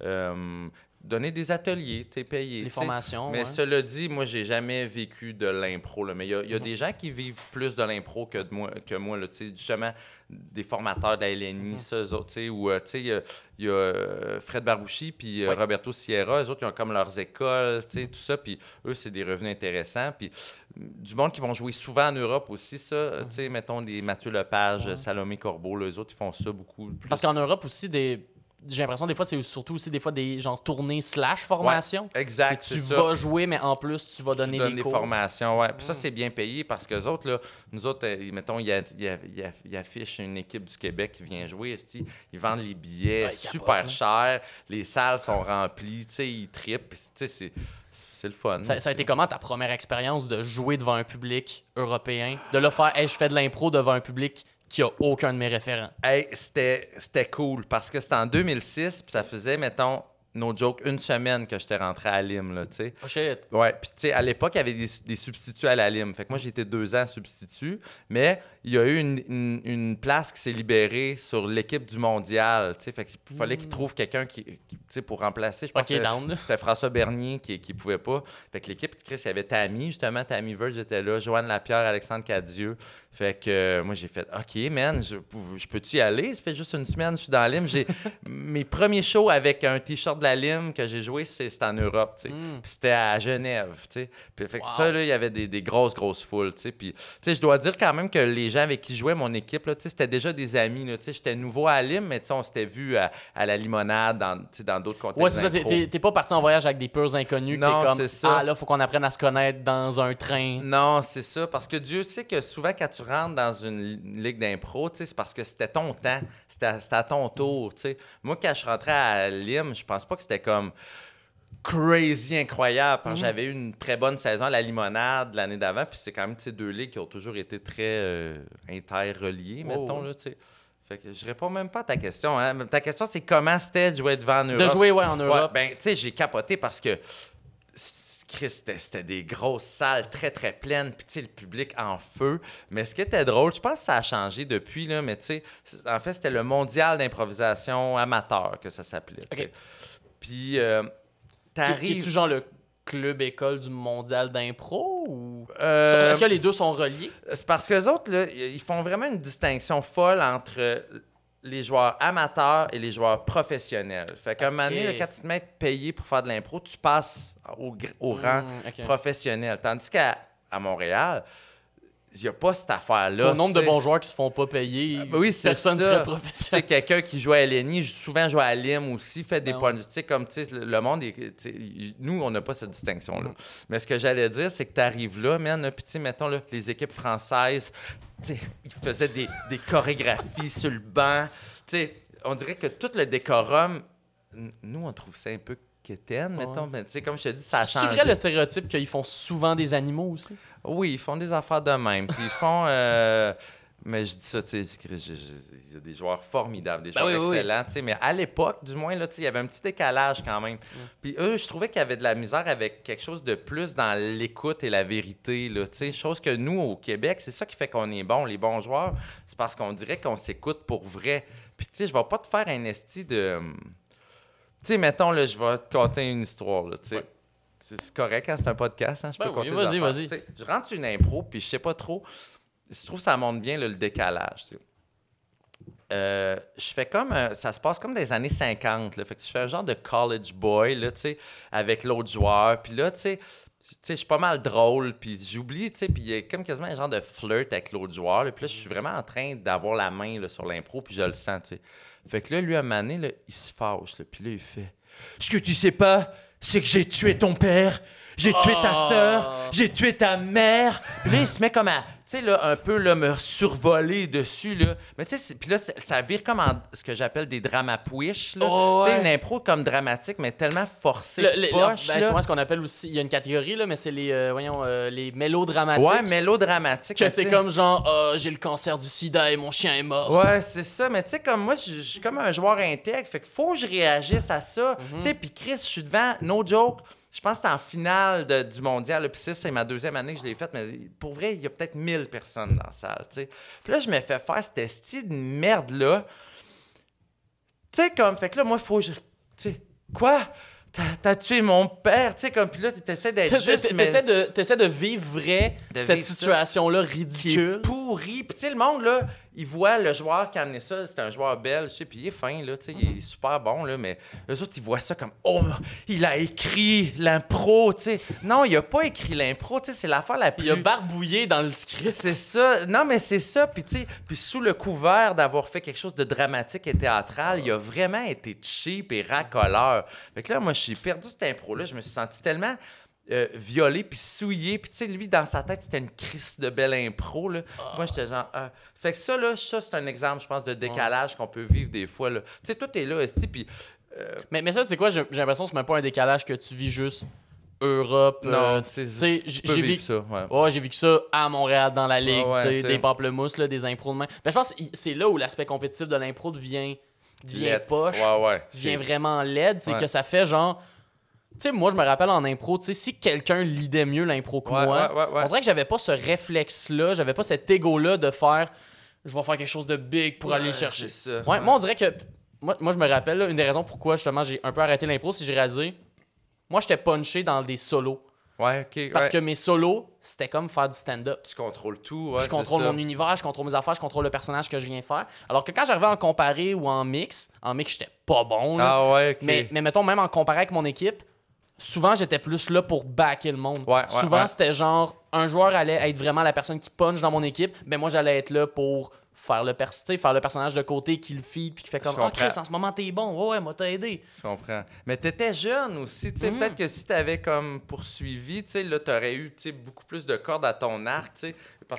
Donner des ateliers, t'es payé. Les formations, Mais cela dit, moi, j'ai jamais vécu de l'impro, là. Mais il y a des gens qui vivent plus de l'impro que moi, là, tu sais, justement, des formateurs de la LNI, ça, eux autres, tu sais, ou, tu sais, il y a Fred Barbouchi puis Roberto Sierra, eux autres, ils ont comme leurs écoles, tu sais, tout ça, puis eux, c'est des revenus intéressants, puis du monde qui vont jouer souvent en Europe aussi, ça, tu sais, mettons, des Mathieu Lepage, Salomé Corbeau, là, eux autres, ils font ça beaucoup plus. Parce qu'en Europe aussi, j'ai l'impression des fois c'est surtout aussi des fois des genre tournées / formation. Ouais, exact. Tu vas jouer, mais en plus tu vas donner des cours. Formations, ouais. Puis ça, c'est bien payé parce que autres, là, nous autres, mettons, ils affichent une équipe du Québec qui vient jouer. Ils vendent les billets super chers. Les salles sont remplies. Tu sais, ils trippent. Tu sais, c'est le fun. Ça a été comment ta première expérience de jouer devant un public européen? De là faire, hey, je fais de l'impro devant un public qui a aucun de mes référents. Hey, c'était cool parce que c'était en 2006, puis ça faisait, mettons, no joke, une semaine que j'étais rentré à Lime, là, tu sais. Oh shit! Ouais, puis tu sais, à l'époque, il y avait des substituts à la Lime. Fait que moi, j'ai été 2 ans substitut, mais il y a eu une place qui s'est libérée sur l'équipe du mondial, tu sais. Fait qu'il fallait qu'ils trouvent quelqu'un qui tu sais, pour remplacer. Je pense que c'était François Bernier qui pouvait pas. Fait que l'équipe, Chris, il y avait Tammy, justement, Tammy Verge était là, Joanne Lapierre, Alexandre Cadieux. Fait que moi, j'ai fait « OK, man, je peux-tu y aller? Ça fait juste une semaine, je suis dans Lime. » J'ai mes premiers shows avec un T-shirt de la Lime que j'ai joué, c'était en Europe, tu sais. Puis c'était à Genève, tu sais. Puis fait que ça, là, il y avait des grosses foules, tu sais. Puis, tu sais, je dois dire quand même que les gens avec qui je jouais, mon équipe, là, tu sais, c'était déjà des amis, là. Tu sais, j'étais nouveau à Lime, mais tu sais, on s'était vus à la limonade, dans d'autres contextes. Ouais, c'est ça. T'es pas parti en voyage avec des purs inconnus. Non, t'es comme, c'est ça. Ah, là, faut qu'on apprenne à se connaître dans un train. Non, c'est ça. Parce que Dieu sait que souvent, quand tu rentres dans une ligue d'impro, tu sais, c'est parce que c'était ton temps. C'était à ton tour, tu sais. Moi, quand je rentrais à Lime, je pense pas que c'était comme crazy incroyable. Parce que j'avais eu une très bonne saison à la limonade l'année d'avant. Puis c'est quand même, tu sais, 2 ligues qui ont toujours été très interreliées, mettons, là, tu sais. Fait que je réponds même pas à ta question. Hein. Ta question, c'est comment c'était de jouer devant en Europe? De jouer, en Europe. Ouais, ben, tu sais, j'ai capoté parce que c'était des grosses salles très, très pleines, puis tu sais, le public en feu. Mais ce qui était drôle, je pense que ça a changé depuis, là, mais tu sais, en fait, c'était le mondial d'improvisation amateur que ça s'appelait. Okay. Puis, t'arrives... Qui est-tu genre le club école du mondial d'impro ou est-ce que les deux sont reliés? C'est parce qu'eux autres, là, ils font vraiment une distinction folle entre les joueurs amateurs et les joueurs professionnels. Fait qu'à un moment donné, là, quand tu te mets payé pour faire de l'impro, tu passes au rang professionnel. Tandis qu'à Montréal, il n'y a pas cette affaire-là. Le nombre de bons joueurs qui se font pas payer, oui, c'est ça. Très professionnel. C'est quelqu'un qui joue à LNI, souvent joue à Lime aussi, fait des points. Tu sais, comme tu sais, le monde, nous, on n'a pas cette distinction-là. Mais ce que j'allais dire, c'est que tu arrives là, man, puis tu sais, mettons, là, les équipes françaises, tu sais, ils faisaient des chorégraphies sur le banc. Tu sais, on dirait que tout le décorum, nous, on trouve ça un peu quétaine, mettons. Mais tu sais, comme je te dis, ça a changé. C'est vrai le stéréotype qu'ils font souvent des animaux aussi? Oui, ils font des affaires de même. Puis ils font... mais je dis ça, tu sais, il y a des joueurs formidables, des joueurs excellents, tu sais. Mais à l'époque, du moins, là, tu sais, il y avait un petit décalage quand même. Puis eux, je trouvais qu'il y avait de la misère avec quelque chose de plus dans l'écoute et la vérité, là, tu sais. Chose que nous, au Québec, c'est ça qui fait qu'on est bons. Les bons joueurs, c'est parce qu'on dirait qu'on s'écoute pour vrai. Puis tu sais, je vais pas te faire un esti de... Tu sais, mettons, là, je vais te conter une histoire, là, tu sais. Ouais. C'est correct quand c'est un podcast, hein? Je peux compter des affaires. Vas-y. Je rentre une impro, puis je sais pas trop. Je trouve que ça montre bien là, le décalage, tu sais. Je fais comme... ça se passe comme des années 50, là. Fait que je fais un genre de college boy, là, tu sais, avec l'autre joueur. Puis là, tu sais, je suis pas mal drôle, puis j'oublie, tu sais, puis il y a comme quasiment un genre de flirt avec l'autre joueur. Là, puis là, je suis vraiment en train d'avoir la main là, sur l'impro, puis je le sens, tu sais. Fait que là, lui, à un moment donné, là, il se fâche, là, puis là, il fait « Ce que tu sais pas, c'est que j'ai tué ton père, j'ai tué ta sœur, j'ai tué ta mère. » Puis là, il se met comme à, tu sais, là, un peu, là, me survoler dessus, là. Mais tu sais, puis là, ça vire comme en ce que j'appelle des dramapouiches, là. Tu sais, une impro comme dramatique, mais tellement forcée, poche, c'est moi ce qu'on appelle aussi, il y a une catégorie, là, mais c'est les, les mélodramatiques. Ouais, mélodramatiques. Que c'est comme genre, j'ai le cancer du sida et mon chien est mort. Ouais, c'est ça. Mais tu sais, comme moi, je suis comme un joueur intègre, fait qu'il faut que je réagisse à ça. Tu sais, puis Chris, je suis devant, no joke, Je pense que c'était en finale du mondial. Puis ça, c'est ma deuxième année que je l'ai faite. Mais pour vrai, il y a peut-être 1000 personnes dans la salle. T'sais. Puis là, je me fais faire cette style de merde-là. Tu sais, comme, fait que là, moi, il faut que je. Tu sais, quoi? T'as tué mon père, tu sais, comme, puis là, t'essaies d'être juste, T'essaies de vivre vrai cette situation-là ridicule. Pourri. Puis tu sais, le monde, là, il voit le joueur qui a amené ça, c'est un joueur belge, tu sais, puis il est fin, là, tu sais, il est super bon, là, mais eux autres, ils voient ça comme, oh, il a écrit l'impro, tu sais. Non, il a pas écrit l'impro, tu sais, c'est l'affaire la plus... Il a barbouillé dans le script. C'est ça. Non, mais c'est ça, puis tu sais, puis sous le couvert d'avoir fait quelque chose de dramatique et théâtral, il a vraiment été cheap et racoleur. Fait que là, moi, j'ai perdu cette impro-là, je me suis senti tellement... violé puis souillé, puis tu sais, lui dans sa tête c'était une crise de belle impro là. Moi j'étais genre fait que ça là, ça c'est un exemple je pense de décalage qu'on peut vivre des fois là. Tu sais, tout est là aussi puis mais ça c'est quoi, j'ai l'impression que c'est même pas un décalage que tu vis juste Europe. Non, j'ai vécu ça. Ouais. Ouais, j'ai vécu ça à Montréal dans la ligue, ouais, des pamplemousses là, des impros de main. Ben, je pense que c'est là où l'aspect compétitif de l'impro devient poche, devient vraiment laid, c'est que ça fait genre. Tu sais, moi, je me rappelle en impro, tu sais, si quelqu'un lidait mieux l'impro que moi, on dirait que j'avais pas ce réflexe-là, j'avais pas cet ego-là de faire « je vais faire quelque chose de big pour aller le chercher ». Moi, on dirait que... Moi, je me rappelle, là, une des raisons pourquoi, justement, j'ai un peu arrêté l'impro, c'est que j'ai réalisé... Moi, j'étais punché dans des solos. Ouais, OK. Parce que mes solos, c'était comme faire du stand-up. Tu contrôles tout, je contrôle mon univers, je contrôle mes affaires, je contrôle le personnage que je viens faire. Alors que quand j'arrivais en comparé ou en mix, j'étais pas bon, là. Ah ouais, OK. Mais mettons, même en comparé avec mon équipe... Souvent, j'étais plus là pour backer le monde. Souvent, c'était genre, un joueur allait être vraiment la personne qui punch dans mon équipe, mais moi, j'allais être là pour faire le personnage de côté qui le feed puis qui fait comme « Ah, Chris, en ce moment, t'es bon. Ouais, moi, t'as aidé. » Je comprends. Mais t'étais jeune aussi, tu sais, peut-être que si t'avais comme poursuivi, tu sais, là, t'aurais eu, tu sais, beaucoup plus de cordes à ton arc, tu sais. Parce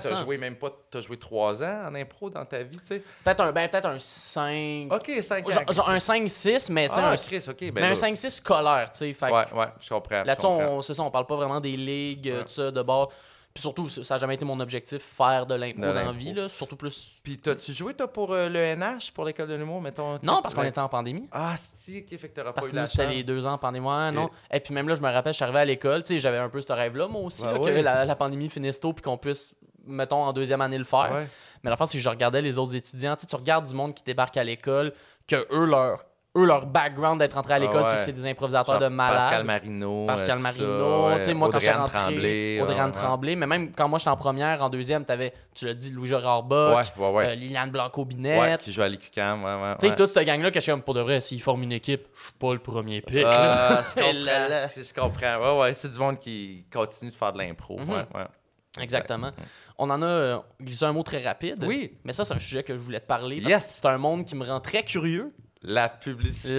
que t'as joué 3 ans en impro dans ta vie, tu sais. Peut-être un 5... OK, 5 ans. Genre un 5-6, mais tu sais, Chris, OK. Mais un 5-6 scolaire, tu sais. Ouais, je comprends. Là-dessus, c'est ça, on parle pas vraiment des ligues, tout ça, de bord. Puis surtout, ça n'a jamais été mon objectif, faire de l'impro dans la vie, là. Surtout plus... Puis t'as-tu joué, toi, pour le NH, pour l'école de l'humour, mettons? Non, parce qu'on était en pandémie. Ah, c'est OK, fait que t'auras pas eu la chance. Parce que c'était les 2 ans en pandémie, non. Et puis même là, je me rappelle, je suis arrivé à l'école, tu sais, j'avais un peu ce rêve-là, moi aussi, que la pandémie finisse tôt puis qu'on puisse, mettons, en deuxième année le faire. Ouais. Mais la fin, c'est que je regardais les autres étudiants, tu sais, tu regardes du monde qui débarque à l'école, que leur background d'être entré à l'école, c'est que c'est des improvisateurs de malades. Pascal Marino, tu sais, moi, quand j'étais rentré, Audrey-Anne Tremblay, mais même quand moi, j'étais en première, en deuxième, t'avais, tu l'as dit, Louis-Gérard Bock, Liliane Blanco-Binette. Qui joue à l'IQCAM, Tu sais, toute cette gang-là, que je suis comme, pour de vrai, s'ils forment une équipe, je suis pas le premier pick. Je comprends. Ouais, c'est du monde qui continue de faire de l'impro. Exactement. On en a glissé un mot très rapide. Oui. Mais ça, c'est un sujet que je voulais te parler. Parce que c'est un monde qui me rend très curieux. La publicité.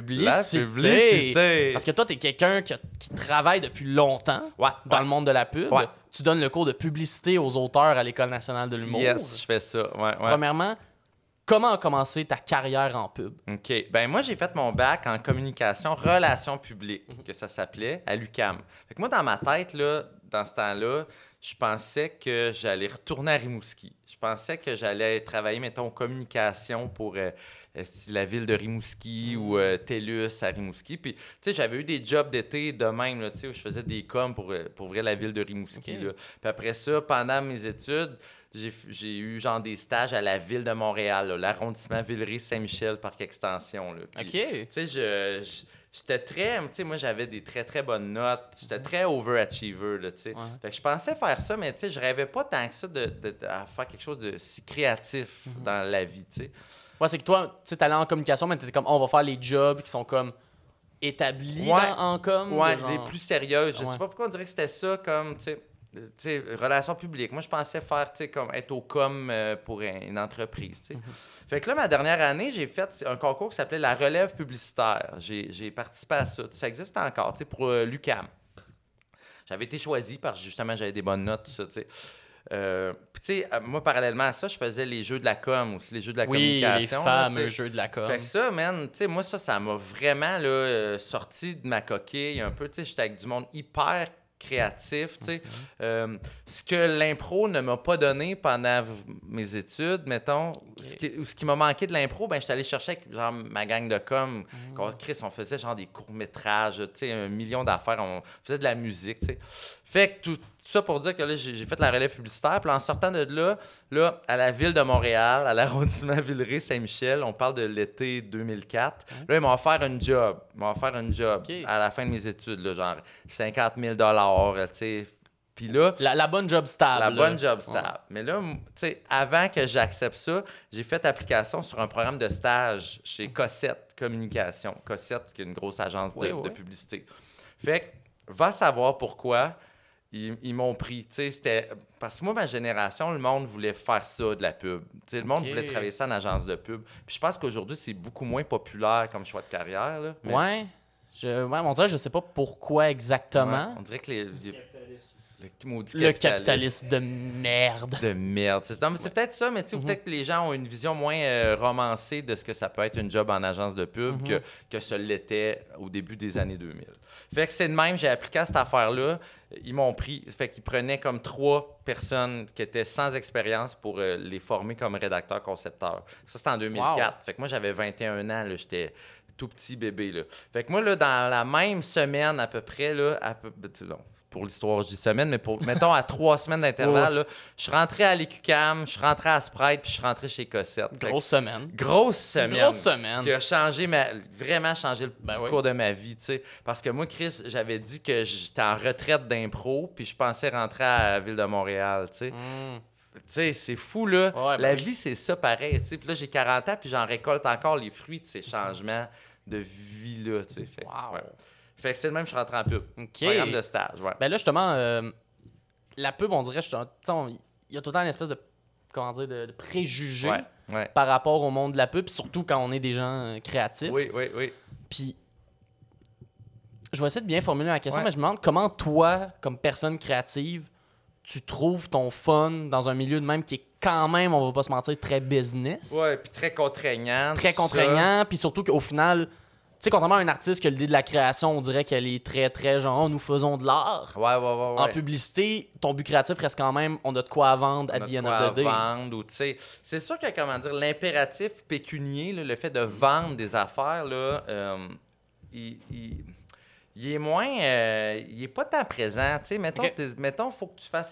Parce que toi, t'es quelqu'un qui travaille depuis longtemps dans le monde de la pub. Tu donnes le cours de publicité aux auteurs à l'École nationale de l'humour. Yes, je fais ça. Premièrement, comment a commencé ta carrière en pub? OK. Ben moi, j'ai fait mon bac en communication, relations publiques, que ça s'appelait, à l'UQAM. Fait que moi, dans ma tête, là, dans ce temps-là, je pensais que j'allais retourner à Rimouski. Je pensais que j'allais travailler, mettons, en communication pour la ville de Rimouski ou TELUS à Rimouski. Puis, tu sais, j'avais eu des jobs d'été de même, là, tu sais, où je faisais des coms pour ouvrir la ville de Rimouski. Là. Puis après ça, pendant mes études, j'ai eu genre des stages à la ville de Montréal, là, l'arrondissement Villeray-Saint-Michel, parc extension. Là. Puis, tu sais, j'étais très... Tu sais, moi, j'avais des très, très bonnes notes. J'étais très overachiever, là, tu sais. Fait que je pensais faire ça, mais tu sais, je rêvais pas tant que ça de faire quelque chose de si créatif dans la vie, tu sais. Ouais, c'est que toi, tu sais, t'allais en communication, mais t'étais comme, on va faire les jobs qui sont comme établis en com. Ouais, des plus sérieuses. Je sais pas pourquoi on dirait que c'était ça, comme, tu sais, relations publiques. Moi, je pensais faire, tu sais, comme être au com pour une entreprise, tu sais. Fait que là, ma dernière année, j'ai fait un concours qui s'appelait la relève publicitaire. J'ai participé à ça. Ça existe encore, tu sais, pour l'UQAM. J'avais été choisi parce que, justement, j'avais des bonnes notes, tout ça, tu sais. Puis, tu sais, moi, parallèlement à ça, je faisais les jeux de la com aussi, les jeux de la communication. Oui, les fameux jeux de la com. Fait que ça, man, tu sais, moi, ça m'a vraiment là, sorti de ma coquille un peu. Tu sais, j'étais avec du monde hyper créatif, tu sais. Ce que l'impro ne m'a pas donné pendant mes études, mettons, ce qui m'a manqué de l'impro, ben, j'étais allé chercher avec genre, ma gang de com. Chris, on faisait genre des courts-métrages, tu sais, 1 million d'affaires. On faisait de la musique, tu sais. Fait que tout ça pour dire que là, j'ai fait la relève publicitaire. Puis en sortant de là, à la ville de Montréal, à l'arrondissement Villeray-Saint-Michel, on parle de l'été 2004. Là, ils m'ont offert un job. À la fin de mes études, là, genre 50 000 $, tu sais. Puis là, la bonne job stable. La bonne job stable. Mais là, tu sais, avant que j'accepte ça, j'ai fait application sur un programme de stage chez Cossette Communication. Cossette, qui est une grosse agence de publicité. Fait que, va savoir pourquoi ils m'ont pris. Tu sais, c'était... Parce que moi, ma génération, le monde voulait faire ça, de la pub. Tu sais, le monde voulait travailler ça en agence de pub. Puis je pense qu'aujourd'hui, c'est beaucoup moins populaire comme choix de carrière. Là. Mais... on dirait que je sais pas pourquoi exactement. On dirait que le capitaliste de merde. De merde. C'est peut-être ça, mais peut-être que les gens ont une vision moins romancée de ce que ça peut être une job en agence de pub que ce l'était au début des années 2000. Fait que c'est de même, j'ai appliqué à cette affaire-là. Ils m'ont pris. Fait qu'ils prenaient comme 3 personnes qui étaient sans expérience pour les former comme rédacteur-concepteur. Ça, c'était en 2004. Wow. Fait que moi, j'avais 21 ans. Là, j'étais tout petit bébé. Là. Fait que moi, là, dans la même semaine à peu près, là, pour l'histoire, je dis semaine, mais mettons à 3 semaines d'intervalle, là, je suis rentré à l'EQCAM, je suis rentré à Sprite, puis je suis rentré chez Cossette. Grosse semaine. Grosse semaine. Qui a changé vraiment changé le cours de ma vie, tu sais. Parce que moi, Chris, j'avais dit que j'étais en retraite d'impro, puis je pensais rentrer à la Ville de Montréal, tu sais. Tu sais, c'est fou, là. La vie, c'est ça pareil, tu sais. Puis là, j'ai 40 ans, puis j'en récolte encore les fruits de ces changements de vie-là, tu sais. Fait que c'est le même, je suis rentré en pub. Programme de stage, Ben là, justement, la pub, on dirait, il y a tout le temps une espèce de, de préjugés par rapport au monde de la pub, puis surtout quand on est des gens créatifs. Oui. Puis, je vais essayer de bien formuler ma question, mais je me demande comment toi, comme personne créative, tu trouves ton fun dans un milieu de même qui est quand même, on va pas se mentir, très business. Ouais, puis très contraignant. Très contraignant, puis surtout qu'au final... Tu sais, contrairement à un artiste qui a l'idée de la création, on dirait qu'elle est très, très genre, nous faisons de l'art. Ouais. En publicité, ton but créatif reste quand même, on a de quoi vendre à the end of the day. Vendre, ou tu sais. C'est sûr que, l'impératif pécunier, là, le fait de vendre des affaires, là, il est moins. Il est pas tant présent. Tu sais, mettons, faut que tu fasses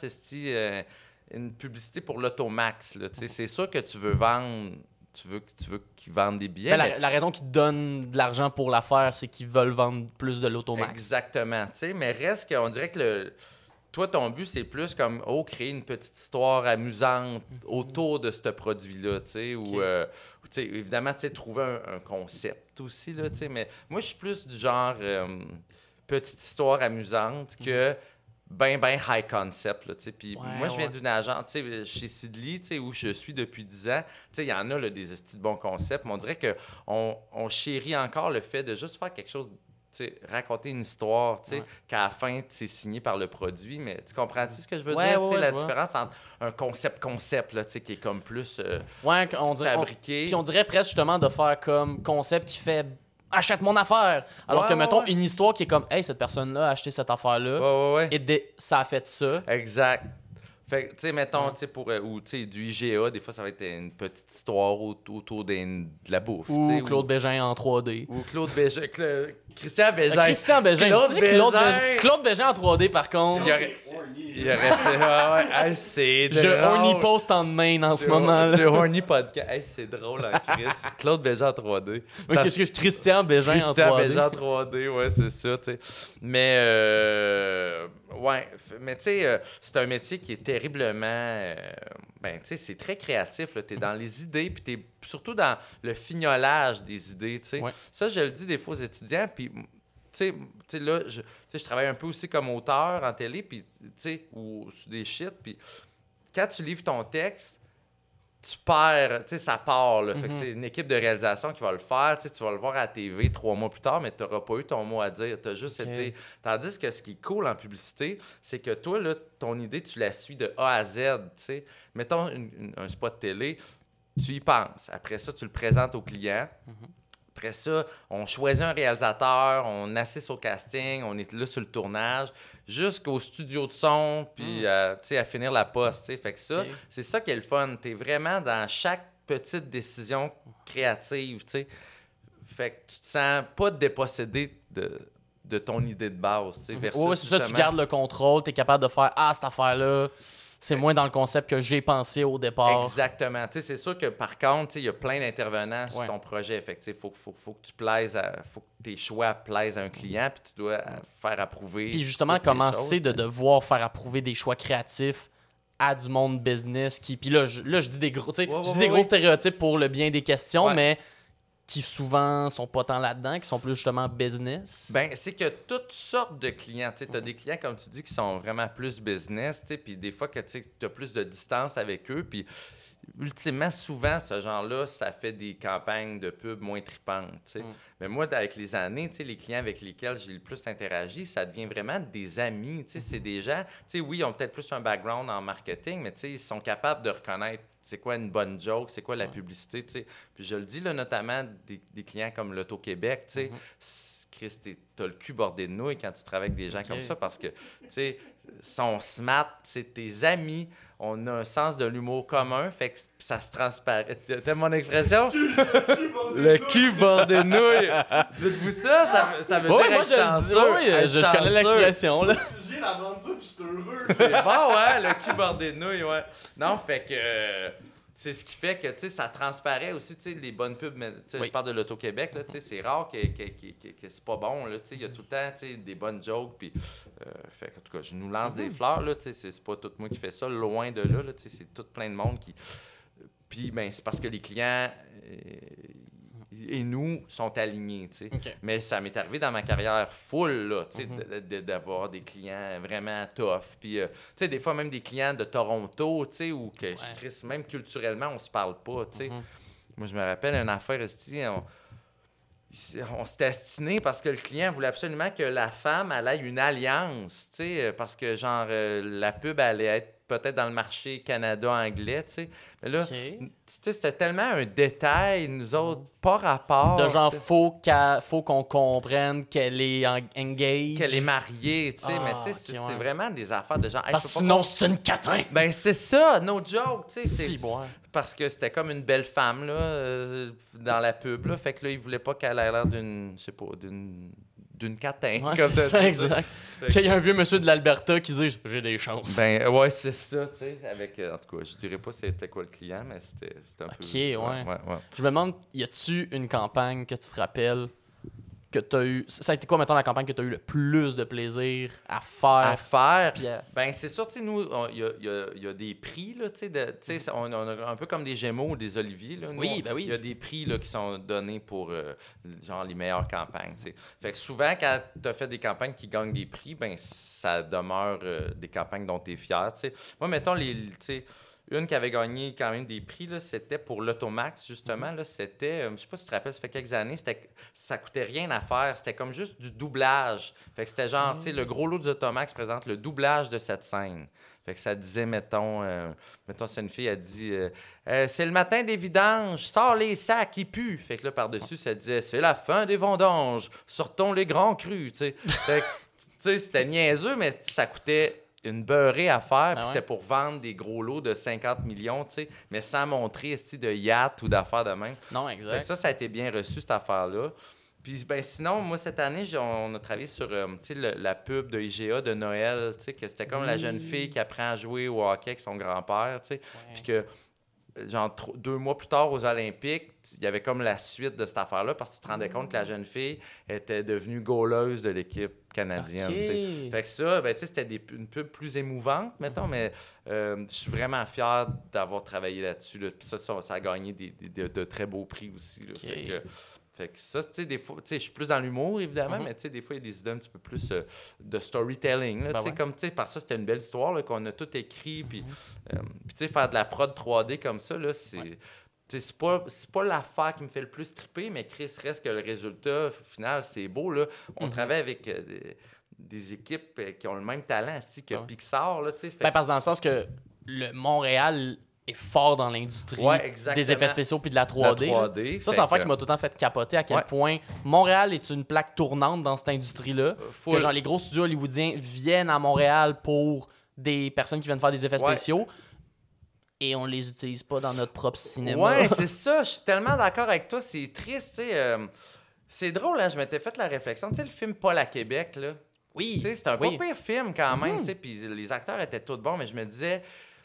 une publicité pour l'Automax, là. Tu sais, c'est sûr que tu veux vendre. Tu veux qu'ils vendent des billets. Ben, la raison qu'ils donnent de l'argent pour la faire, c'est qu'ils veulent vendre plus de l'Automax. Exactement. Mais reste qu'on dirait que toi, ton but, c'est plus comme créer une petite histoire amusante autour de ce produit-là. Ou évidemment, trouver un concept aussi. Là, mais moi, je suis plus du genre petite histoire amusante que. Ben high concept, là, tu sais. Puis moi, je viens d'une agence, tu sais, chez Sidley, tu sais, où je suis depuis 10 ans. Tu sais, il y en a, là, des estis de bons concepts, mais on dirait qu'on chérit encore le fait de juste faire quelque chose, tu sais, raconter une histoire, tu sais, qu'à la fin, c'est signé par le produit. Mais tu comprends-tu ce que je veux dire? Tu sais, la différence entre un concept, là, tu sais, qui est comme plus fabriqué. Puis on dirait presque, justement, de faire comme concept qui fait... achète mon affaire. Alors que, mettons, une histoire qui est comme, hey, cette personne-là a acheté cette affaire-là. Et ça a fait ça. Exact. Fait que, tu sais, mettons, tu sais, ou tu sais, du IGA, des fois, ça va être une petite histoire autour de la bouffe. Ou Claude Bégin en 3D. Ou Claude Bégin. Christian Bégin. Christian Bégin. Claude Bégin en 3D, par contre. Il aurait fait. C'est drôle. Je horny post en main en ce moment-là. Tu horny podcast. C'est drôle, hein, Chris. Claude Bégin en 3D. Qu'est-ce que Christian Bégin en 3D? Christian Bégin en 3D, ouais, c'est ça, tu sais. Mais, mais tu sais, c'est un métier qui est terriblement. Tu sais, c'est très créatif. Tu es dans les idées, puis tu es surtout dans le fignolage des idées, tu sais. Ça, je le dis des fois aux étudiants, puis. Tu sais, là, je travaille un peu aussi comme auteur en télé, puis, tu sais, ou sur des shit, puis quand tu livres ton texte, tu perds, tu sais, ça part, là. Fait que c'est une équipe de réalisation qui va le faire, tu sais, tu vas le voir à la TV 3 mois plus tard, mais tu n'auras pas eu ton mot à dire, tu as juste été... Tandis que ce qui est cool en publicité, c'est que toi, là, ton idée, tu la suis de A à Z, tu sais. Mettons un spot télé, tu y penses. Après ça, tu le présentes au client. Après ça, on choisit un réalisateur, on assiste au casting, on est là sur le tournage, jusqu'au studio de son, puis à finir la poste. T'sais. Fait que ça, c'est ça qui est le fun. Tu es vraiment dans chaque petites décisions créatives, tu sais. Fait que tu te sens pas dépossédé de ton idée de base, tu sais, versus Oui, c'est ça, tu gardes le contrôle, tu es capable de faire « Ah, cette affaire-là, c'est moins dans le concept que j'ai pensé au départ. » Exactement. Tu sais, c'est sûr que par contre, il y a plein d'intervenants sur ton projet. Fait que, faut que tu plaises faut que tes choix plaisent à un client, puis tu dois faire approuver. Puis justement, comment c'est de devoir faire approuver des choix créatifs à du monde business qui. Puis là, je dis des gros, gros stéréotypes pour le bien des questions, mais qui souvent sont pas tant là-dedans, qui sont plus justement business. Ben, c'est que toutes sortes de clients. Tu as des clients, comme tu dis, qui sont vraiment plus business, puis des fois que tu as plus de distance avec eux, puis ultimement, souvent, ce genre-là, ça fait des campagnes de pub moins tripantes. Mais moi, avec les années, les clients avec lesquels j'ai le plus interagi, ça devient vraiment des amis. C'est des gens, oui, ils ont peut-être plus un background en marketing, mais ils sont capables de reconnaître c'est quoi une bonne joke, c'est quoi la publicité. Puis je le dis, là, notamment des clients comme l'Auto-Québec, Chris, t'as le cul bordé de nouilles quand tu travailles avec des gens comme ça parce que, sont smart, c'est tes amis, on a un sens de l'humour commun, fait que ça se transparaît. T'aimes mon expression? Le cul bordé de nouilles. Dites-vous ça veut dire moi, être chanceux. Je connais l'expression, là. J'ai d'apprendre ça, puis je suis heureux. C'est bon, ouais, le cul bordé de nouilles, ouais. Non, fait que... c'est ce qui fait que ça transparaît aussi, les bonnes pubs. Je parle de l'Auto-Québec, c'est rare que c'est pas bon. Il y a tout le temps des bonnes jokes. Puis, fait, en tout cas, je nous lance des fleurs. C'est pas tout moi qui fais ça, loin de là. C'est tout plein de monde qui. Puis, ben, c'est parce que les clients et nous sont alignés. Mais ça m'est arrivé dans ma carrière full d'avoir des clients vraiment tough. Puis, des fois, même des clients de Toronto, où que, même culturellement, on se parle pas. Moi, je me rappelle une affaire, on s'était astiné parce que le client voulait absolument que la femme elle ait une alliance, parce que, genre, la pub allait être peut-être dans le marché Canada-anglais, Mais là, c'était tellement un détail, nous autres, pas rapport. De genre, faut qu'on comprenne qu'elle est engaged. Qu'elle est mariée, mais c'est vraiment des affaires de genre... Parce que sinon, c'est une catin! Ben, c'est ça, no joke, Parce que c'était comme une belle femme, là, dans la pub, là. Fait que là, il voulait pas qu'elle ait l'air d'une catin. Ouais, c'est ça, exact. Qu'il y a un vieux monsieur de l'Alberta qui dit « J'ai des chances ». Ben, ouais, c'est ça, tu sais, avec... en tout cas, je dirais pas c'était quoi le client, mais c'était un peu... OK, ouais. Ouais. Je me demande, y a-tu une campagne que tu te rappelles que tu as eu... Ça a été quoi, mettons, la campagne que tu as eu le plus de plaisir à faire? Puis Ben, c'est sûr, tu sais, nous, il y a des prix, là, tu sais, on a un peu comme des Gémeaux ou des Oliviers, là. Nous, oui. Il y a des prix, là, qui sont donnés pour, genre, les meilleures campagnes, tu sais. Fait que souvent, quand tu as fait des campagnes qui gagnent des prix, ben, ça demeure des campagnes dont tu es fier, tu sais. Moi, mettons, tu sais... Une qui avait gagné quand même des prix, là, c'était pour l'Automax, justement. Là, c'était, je sais pas si tu te rappelles, ça fait quelques années, ça coûtait rien à faire. C'était comme juste du doublage. Fait que c'était genre, tu sais, le gros lot des Automax présente le doublage de cette scène. Fait que ça disait, mettons, c'est une fille, elle dit c'est le matin des vidanges, sors les sacs, ils puent. Fait que là, par-dessus, ça disait c'est la fin des vendanges, sortons les grands crus, tu sais. Fait que, tu sais, c'était niaiseux, mais ça coûtait une beurrée à faire, puis c'était pour vendre des gros lots de 50 millions, tu sais, mais sans montrer de yacht ou d'affaires de même. Non, exact. Fait que ça a été bien reçu, cette affaire-là. Puis, ben, sinon, moi, cette année, on a travaillé sur la pub de IGA de Noël, tu sais, que c'était comme la jeune fille qui apprend à jouer au hockey avec son grand-père, tu sais, puis que genre 2 mois plus tard aux Olympiques, il y avait comme la suite de cette affaire-là parce que tu te rendais compte que la jeune fille était devenue goaleuse de l'équipe canadienne. Okay. Fait que ça, ben, c'était une pub plus émouvante, mettons, mais je suis vraiment fier d'avoir travaillé là-dessus. Là. Puis ça a gagné de très beaux prix aussi. Là. Okay. Fait que ça, tu sais, des fois, tu sais, je suis plus dans l'humour, évidemment, mais tu sais, des fois, il y a des idées un petit peu plus de storytelling, là, tu sais, comme, tu sais, par ça, c'était une belle histoire, là, qu'on a tout écrit, puis, tu sais, faire de la prod 3D comme ça, là, c'est... C'est pas l'affaire qui me fait le plus triper, mais Chris, reste que le résultat final, c'est beau, là. On travaille avec des équipes qui ont le même talent que Pixar, là, tu sais. Parce que dans le sens que le Montréal est fort dans l'industrie des effets spéciaux puis de la 3D. Ça, c'est l'affaire qui m'a tout le temps fait capoter à quel point Montréal est une plaque tournante dans cette industrie-là. Que genre les gros studios hollywoodiens viennent à Montréal pour des personnes qui viennent faire des effets spéciaux. Et on les utilise pas dans notre propre cinéma. Ouais, c'est ça. Je suis tellement d'accord avec toi. C'est triste, tu sais. C'est drôle, hein. Je m'étais fait la réflexion. Tu sais, le film Paul à Québec, là. Oui. Tu sais, c'est un oui. pas pire film quand même, tu sais. Puis les acteurs étaient tous bons, mais je me disais...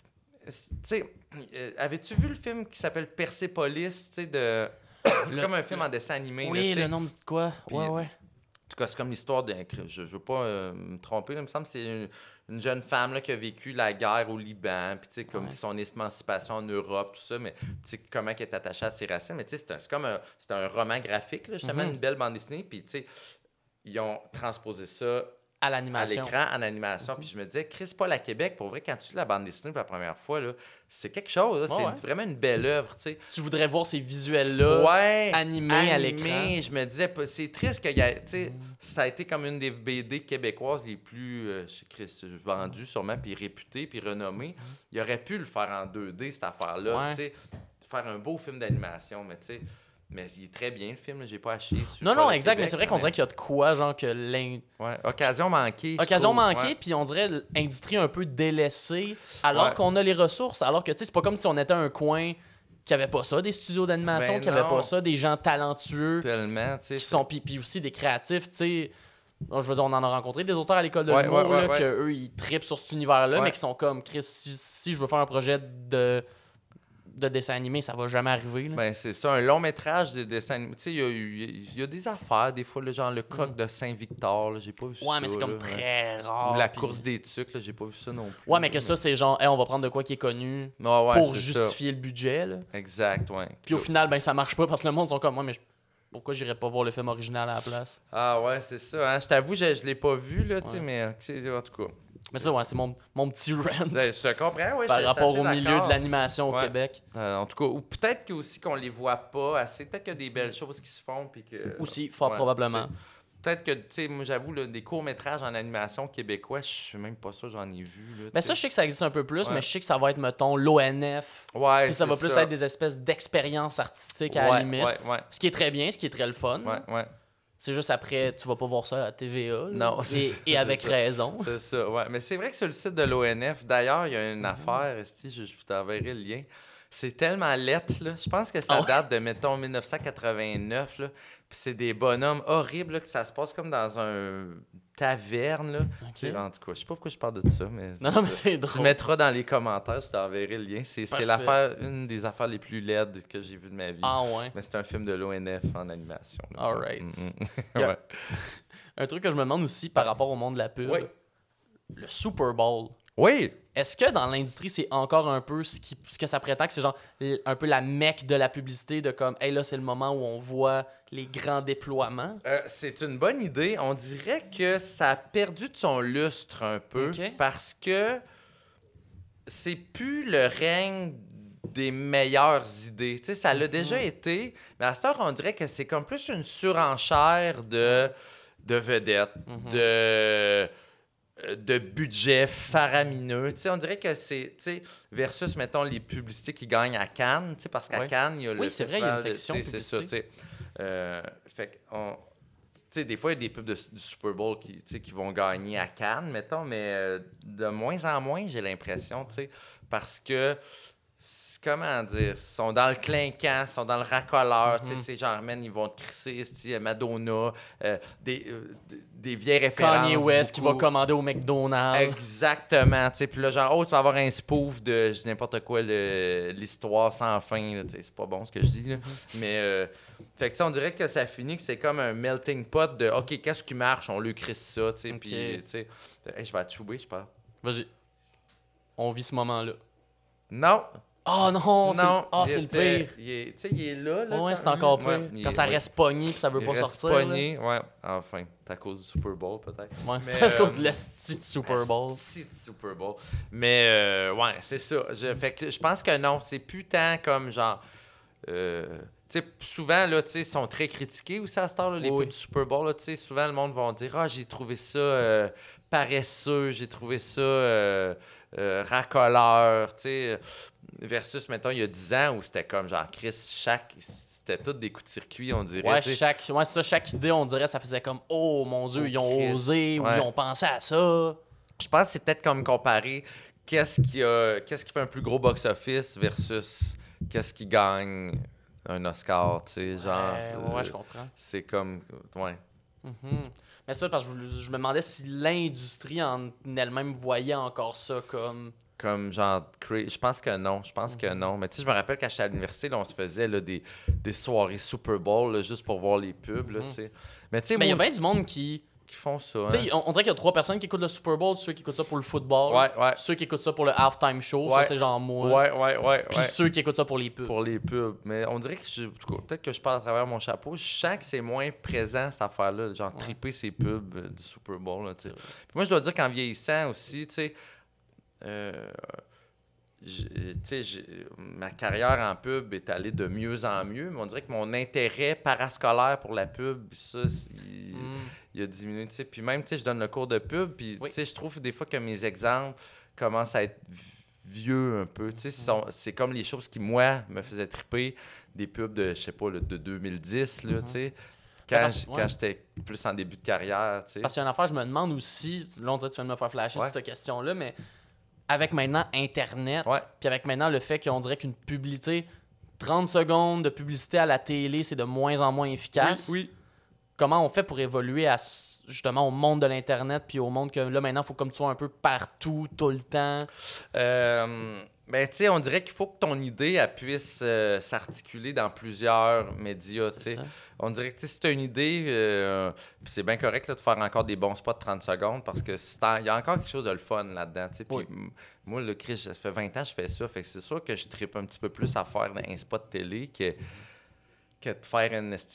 Tu sais, avais-tu vu le film qui s'appelle Persepolis, tu sais, de... c'est comme un film en dessin animé. Oui, là, le nom me dit quoi? Puis, ouais. En tout cas, c'est comme l'histoire d'un... Je veux pas me tromper, là, il me semble que c'est une jeune femme là, qui a vécu la guerre au Liban, puis tu sais, comme son émancipation en Europe, tout ça, mais tu sais, comment elle est attachée à ses racines. Mais tu sais, c'est comme c'est un roman graphique, là, justement, une belle bande dessinée, puis tu sais, ils ont transposé ça À à l'animation. l'écran, en animation. Puis je me disais, Chris Paul à Québec, pour vrai, quand tu lis la bande dessinée pour la première fois, là, c'est quelque chose. Là, c'est vraiment une belle œuvre, tu sais. Tu voudrais voir ces visuels-là animés à l'écran. Je me disais, c'est triste qu'il y ait, tu sais, ça a été comme une des BD québécoises les plus, vendues sûrement, puis réputées, puis renommées. Il aurait pu le faire en 2D, cette affaire-là, tu sais, faire un beau film d'animation, mais tu sais... Mais il est très bien, le film. J'ai pas haché sur Non, exact. Mais c'est vrai qu'on dirait qu'il y a de quoi, genre que occasion manquée. Occasion manquée, puis on dirait l'industrie un peu délaissée, alors qu'on a les ressources. Alors que, tu sais, c'est pas comme si on était un coin qui avait pas ça, des studios d'animation, qui avait pas ça, des gens talentueux. Tellement, tu sais. Qui sont, puis aussi des créatifs, tu sais. Je veux dire, on en a rencontré des auteurs à l'école de l'humour, que eux ils trippent sur cet univers-là, mais qui sont comme, Chris, si je veux faire un projet de dessin animé, ça va jamais arriver. Là. Ben, c'est ça, un long métrage de dessin animé. Tu sais, il y a des affaires, des fois, là, genre le coq de Saint-Victor, là, j'ai pas vu ça. Ouais, mais c'est comme très rare. Ou la course des tucs, là, j'ai pas vu ça non plus. Ouais, mais que ça, c'est genre, on va prendre de quoi qui est connu pour justifier le budget. Là. Exact, ouais. Puis au final, ben ça marche pas parce que le monde sont comme, moi, mais pourquoi j'irais pas voir le film original à la place? Ah ouais, c'est ça. Hein? Je t'avoue, je l'ai pas vu, là, tu sais, mais en tout cas. Mais ça, ouais, c'est mon petit rant. Je comprends, ouais. Par rapport au milieu de l'animation au Québec. En tout cas, ou peut-être que aussi qu'on les voit pas assez. Peut-être qu'il y a des belles choses qui se font. Puis que, aussi, fort probablement. Peut-être que, tu sais, moi, j'avoue, là, des courts-métrages en animation québécois, je suis même pas sûr, j'en ai vu. Là, ben ça, je sais que ça existe un peu plus, mais je sais que ça va être, mettons, l'ONF. Ouais, puis ça va plus être des espèces d'expériences artistiques à la limite. Ce qui est très bien, ce qui est très le fun. Ouais. C'est juste après, tu vas pas voir ça à TVA. Là. Non, et avec raison. C'est ça, ouais. Mais c'est vrai que sur le site de l'ONF, d'ailleurs, il y a une affaire, je t'enverrai le lien. C'est tellement lettre, là. Je pense que ça date de, mettons, 1989, là. Puis c'est des bonhommes horribles, là, que ça se passe comme dans un taverne, là. Okay. En tout cas, je sais pas pourquoi je parle de ça, mais... Non, mais c'est drôle. Tu mettras dans les commentaires, je t'enverrai le lien. C'est l'affaire, une des affaires les plus laides que j'ai vues de ma vie. Ah ouais? Mais c'est un film de l'ONF en animation. Là. All right. Un truc que je me demande aussi par rapport au monde de la pub, le Super Bowl. Oui! Est-ce que dans l'industrie, c'est encore un peu ce que ça prétend, que c'est genre un peu la mecque de la publicité, de comme, hey là, c'est le moment où on voit les grands déploiements? C'est une bonne idée. On dirait que ça a perdu de son lustre un peu parce que c'est plus le règne des meilleures idées. Tu sais, ça l'a déjà été, mais à ce temps, on dirait que c'est comme plus une surenchère de vedettes, de budget faramineux. Tu sais, on dirait que c'est, tu sais, versus, mettons, les publicités qui gagnent à Cannes, tu sais, parce qu'à Cannes, il y a le c'est vrai, il y a une section c'est ça, tu sais. Fait que, tu sais, des fois, il y a des pubs du Super Bowl qui vont gagner à Cannes, mettons, mais de moins en moins, j'ai l'impression, tu sais, parce que comment dire, ils sont dans le clinquant, ils sont dans le racoleur, tu sais, ces gens, man, ils vont te crisser, Madonna, des vieilles références. Kanye West beaucoup. qui va commander au McDonald's. Exactement, tu sais, puis là, genre, tu vas avoir un spoof de, je dis n'importe quoi, l'histoire sans fin, tu sais, c'est pas bon ce que je dis, là, mais, fait que, tu sais, on dirait que ça finit que c'est comme un melting pot de, OK, qu'est-ce qui marche, on lui crisse ça, tu sais, puis, tu sais, hey, je vais te chouber, je pense. Vas-y. On vit ce moment-là. Non! Oh non, c'est le pire. Tu sais, il est là. Ouais, c'est encore pire. Quand ça reste pogné et ça veut pas sortir. Pogné, ouais. Enfin, c'est à cause du Super Bowl, peut-être. Ouais, c'est à cause de l'esti de Super Bowl. L'esti de Super Bowl. Mais, ouais, c'est ça. Fait que je pense que non, c'est plus tant comme genre. Tu sais, souvent, là, tu sais, ils sont très critiqués aussi à cette heure, là, les pubs du Super Bowl. Là, tu sais, souvent, le monde va dire j'ai trouvé ça paresseux, j'ai trouvé ça racoleur, tu sais. Versus, mettons, il y a 10 ans où c'était comme genre Chris, c'était tous des coups de circuit, on dirait. Ouais, chaque idée, on dirait, ça faisait comme oh mon Dieu, ils ont osé ou ils ont pensé à ça. Je pense que c'est peut-être comme comparer qu'est-ce qui fait un plus gros box-office versus qu'est-ce qui gagne un Oscar, tu sais, genre... Ouais, je comprends. C'est comme... Ouais. Mais ça, parce que je me demandais si l'industrie en elle-même voyait encore ça comme genre, je pense que non. Mais tu sais, je me rappelle quand j'étais à l'université, là, on se faisait là, des soirées Super Bowl là, juste pour voir les pubs, là, tu sais. Mais tu sais, il y a bien du monde qui font ça. Tu sais, on dirait qu'il y a 3 personnes qui écoutent le Super Bowl, ceux qui écoutent ça pour le football, Ouais. ceux qui écoutent ça pour le halftime show, ça c'est genre moi. Ouais. Puis ceux qui écoutent ça pour les pubs. Pour les pubs. Mais on dirait que, en tout cas, peut-être que je parle à travers mon chapeau, je sens que c'est moins présent cette affaire-là, genre triper ces pubs du Super Bowl. Là, puis moi, je dois dire qu'en vieillissant aussi, tu sais, ma carrière en pub est allée de mieux en mieux, mais on dirait que mon intérêt parascolaire pour la pub, ça, il a diminué. T'sais. Puis même, je donne le cours de pub, puis je trouve des fois que mes exemples commencent à être vieux un peu. C'est comme les choses qui, moi, me faisaient triper, des pubs de, je sais pas, de 2010, là, quand j'étais plus en début de carrière. T'sais. Parce qu'il y a une affaire, je me demande aussi, là, on dirait que tu viens de me faire flasher sur cette question-là, mais avec maintenant Internet, puis avec maintenant le fait qu'on dirait qu'une publicité, 30 secondes de publicité à la télé, c'est de moins en moins efficace. Oui. Comment on fait pour évoluer justement au monde de l'Internet, puis au monde que là, maintenant, il faut comme tu sois un peu partout, tout le temps? Ben, tu sais, on dirait qu'il faut que ton idée, elle puisse s'articuler dans plusieurs médias, tu sais. On dirait que si tu as une idée, puis c'est bien correct là, de faire encore des bons spots de 30 secondes parce que il y a encore quelque chose de le fun là-dedans, tu sais. Puis moi, le Chris, ça fait 20 ans que je fais ça, fait que c'est sûr que je trippe un petit peu plus à faire un spot de télé que de faire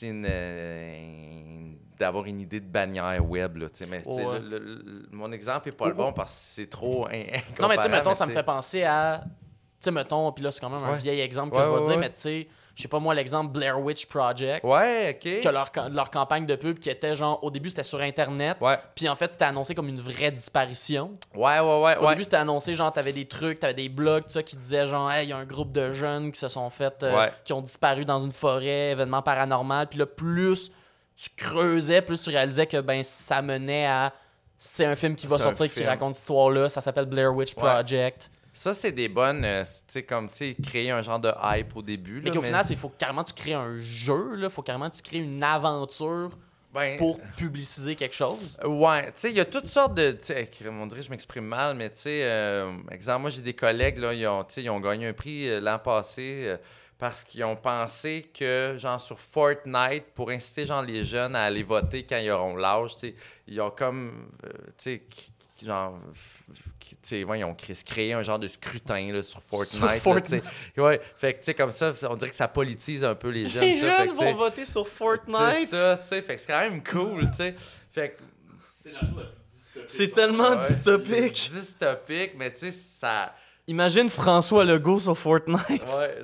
d'avoir une idée de bannière web, là, tu sais. Mais tu sais, mon exemple est pas le bon parce que c'est trop non, mais tu sais, mettons, ça me fait penser à... Tu sais, mettons, puis là, c'est quand même un vieil exemple que je vais dire, mais tu sais, je sais pas moi, l'exemple Blair Witch Project. Ouais, OK. Que leur campagne de pub qui était genre, au début, c'était sur Internet. Ouais. Puis en fait, c'était annoncé comme une vraie disparition. Ouais. Au début, c'était annoncé, genre, t'avais des trucs, t'avais des blogs, tout ça, qui disaient genre, hey, il y a un groupe de jeunes qui se sont fait, qui ont disparu dans une forêt, événement paranormal. Puis là, plus tu creusais, plus tu réalisais que, ben, ça menait à. C'est un film qui va sortir qui raconte cette histoire-là. Ça s'appelle Blair Witch Project. Ça, c'est des bonnes, tu sais, comme, tu sais, créer un genre de hype au début. Mais qu'au final, il faut carrément que tu crées un jeu, là. Faut carrément que tu crées une aventure pour publiciser quelque chose. Ouais, tu sais, il y a toutes sortes de... Tu sais, on dirait que je m'exprime mal, mais tu sais, exemple, moi, j'ai des collègues, là, ils ont gagné un prix l'an passé parce qu'ils ont pensé que, genre, sur Fortnite, pour inciter, genre, les jeunes à aller voter quand ils auront l'âge, tu sais, ils ont comme, tu sais, genre... ils ont créé un genre de scrutin là, sur Fortnite. Là, fait que, tu sais, comme ça, on dirait que ça politise un peu les jeunes. Les jeunes vont voter sur Fortnite. C'est ça, tu sais. Fait que c'est quand même cool, tu sais. Fait que... C'est la chose la plus dystopique. C'est tellement dystopique. C'est dystopique, mais tu sais, ça... Imagine François Legault sur Fortnite. Ouais,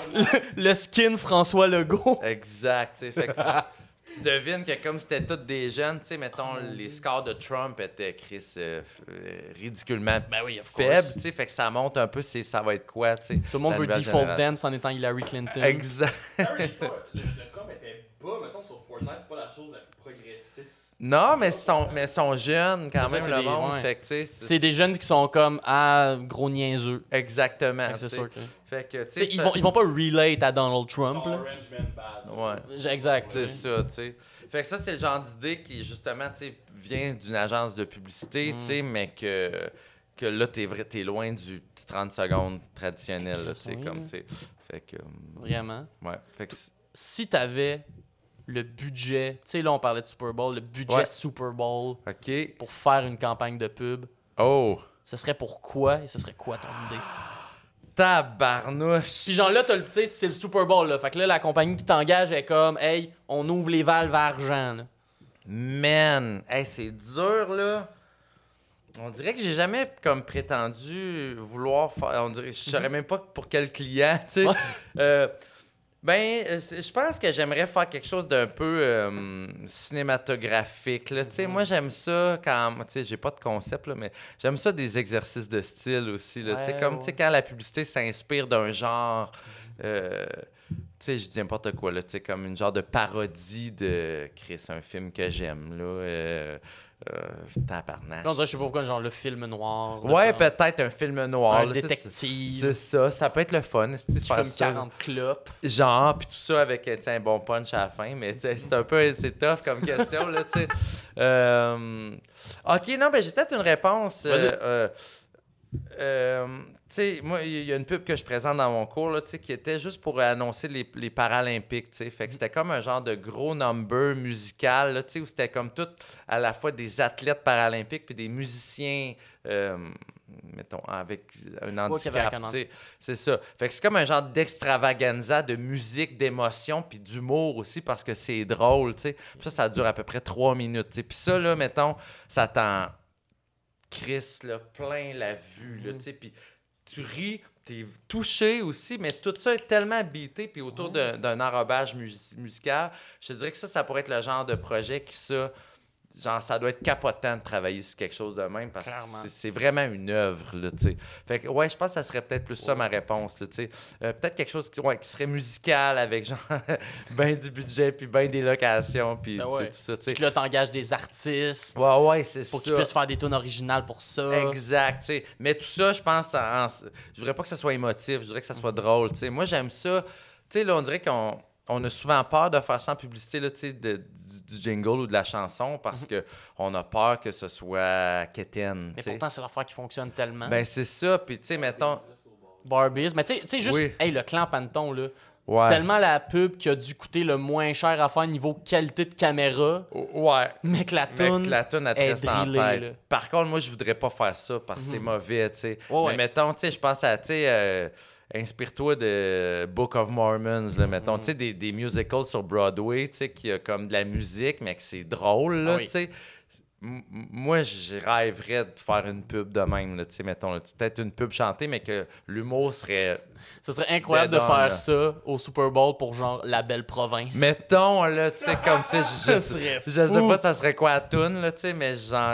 le skin François Legault. Exact, tu sais. Fait que tu devines que comme c'était tous des jeunes, tu sais, mettons, les scores de Trump étaient, ridiculement faibles, tu sais, fait que ça monte un peu, ça va être quoi, tu sais. Tout le monde veut default dance en étant Hillary Clinton. Exact. Le Trump était bas, me semble, sur Fortnite, c'est pas la chose la plus progressiste. Non, mais ils sont jeunes quand même, le monde, fait que, tu sais... C'est des jeunes qui sont comme, gros niaiseux. Exactement, c'est sûr que... Fait que, tu sais... Ils vont pas relate à Donald Trump, là. Orange Man bad. Ouais. Exact. C'est ça, tu sais. Fait que ça, c'est le genre d'idée qui, justement, tu sais, vient d'une agence de publicité, tu sais, mais que là, t'es loin du petit 30 secondes traditionnel, là, tu sais, comme, tu sais. Fait que... Vraiment. Ouais. Fait que... Si t'avais le budget, tu sais, là, on parlait de Super Bowl, le budget Super Bowl pour faire une campagne de pub, ce serait pour quoi et ce serait quoi ton idée? Tabarnouche! Puis genre là, tu sais, c'est le Super Bowl, là. Fait que là, la compagnie qui t'engage est comme, hey, on ouvre les valves à argent, là. Man! Hey, c'est dur, là. On dirait que j'ai jamais comme prétendu vouloir faire... On dirait, je saurais même pas pour quel client, tu sais. Je pense que j'aimerais faire quelque chose d'un peu cinématographique. Là. Moi, j'aime ça quand... J'ai pas de concept, là, mais j'aime ça des exercices de style aussi. Là, comme quand la publicité s'inspire d'un genre... sais, je dis n'importe quoi, là, tu sais, comme une genre de parodie de Chris, un film que j'aime, là. Tabarnak. On dirait, je sais pas pourquoi, genre le film noir. Ouais, peut-être un film noir. Un là, détective. C'est ça, ça peut être le fun. Qui fume 40 clopes. Genre, puis tout ça avec un bon punch à la fin, mais c'est un peu c'est tough comme question, là, tu sais. OK, non, ben j'ai peut-être une réponse. Tu sais, moi, il y a une pub que je présente dans mon cours, là, tu sais, qui était juste pour annoncer les Paralympiques, tu sais. Fait que c'était comme un genre de gros number musical, là, tu sais, où c'était comme tout à la fois des athlètes paralympiques puis des musiciens, mettons, avec un handicap, tu sais. C'est ça. Fait que c'est comme un genre d'extravaganza de musique, d'émotion puis d'humour aussi parce que c'est drôle, tu sais. Puis ça dure à peu près 3 minutes, tu sais. Puis ça, là, mettons, ça t'en crisse, là, plein la vue, là, tu sais. Puis tu ris, t'es touché aussi, mais tout ça est tellement habité, puis autour d'un enrobage musical, je te dirais que ça pourrait être le genre de projet qui, genre, ça doit être capotant de travailler sur quelque chose de même, parce que c'est vraiment une œuvre, là, tu sais. Fait que, ouais, je pense que ça serait peut-être plus ça ma réponse, là, tu sais. Peut-être quelque chose qui serait musical, avec, genre, ben du budget, puis ben des locations, puis tout ça, tu sais. Puis là, t'engages des artistes. Ouais, c'est ça. Pour qu'ils puissent faire des tunes originales pour ça. Exact, tu sais. Mais tout ça, je pense, je voudrais pas que ça soit émotif, je voudrais que ça soit drôle, tu sais. Moi, j'aime ça. Tu sais, là, on dirait qu'on a souvent peur de faire ça en publicité, là, tu sais, du jingle ou de la chanson parce qu'on a peur que ce soit quétaine. Mais pourtant, c'est l'affaire qui fonctionne tellement. Ben, c'est ça. Puis, tu sais, mettons. Barbies. Mais tu sais, juste, hey, le clan Panton, là. Ouais. C'est tellement la pub qui a dû coûter le moins cher à faire niveau qualité de caméra. Ouais. Mais que la toune elle te reste en tête. Par contre, moi, je voudrais pas faire ça parce que c'est mauvais, tu sais. Mais mettons, tu sais, je pense à, tu sais, inspire-toi de Book of Mormons, là, mettons, tu sais, des musicals sur Broadway, tu sais, qui a comme de la musique, mais que c'est drôle, là, tu sais. Moi, je rêverais de faire une pub de même, là, tu sais, mettons, peut-être une pub chantée, mais que l'humour serait... Ce serait incroyable de faire ça au Super Bowl pour, genre, la belle province. Mettons, là, tu sais, comme, tu sais, je sais pas ça serait quoi la toune, là, tu sais, mais genre...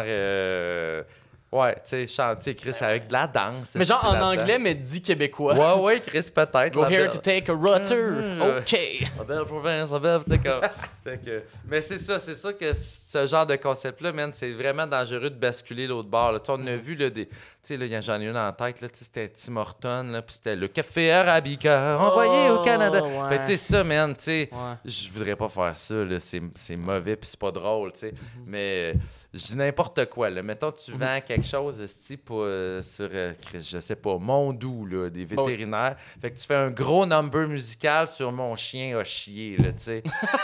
Ouais, tu sais, chanter Chris avec de la danse. Mais genre en anglais, mais dit québécois. Ouais, Chris, peut-être. Go here to take a rudder. OK. La belle province, la belle, tu sais, comme. Mais c'est ça que ce genre de concept-là, man, c'est vraiment dangereux de basculer l'autre bord. Là. Tu sais, on a vu, là, des. Tu sais, là, j'en ai une en tête, là, c'était Tim Hortons, là, puis c'était le café Arabica envoyé au Canada. Ouais. Fait tu sais, ça, man, tu sais, je voudrais pas faire ça, là, c'est mauvais, puis c'est pas drôle, tu sais. Mais je dis n'importe quoi, là. Mettons, tu vends quelque chose, type sur, je sais pas, Mondou, là, des vétérinaires. Fait que tu fais un gros number musical sur Mon chien a chié, là, tu sais.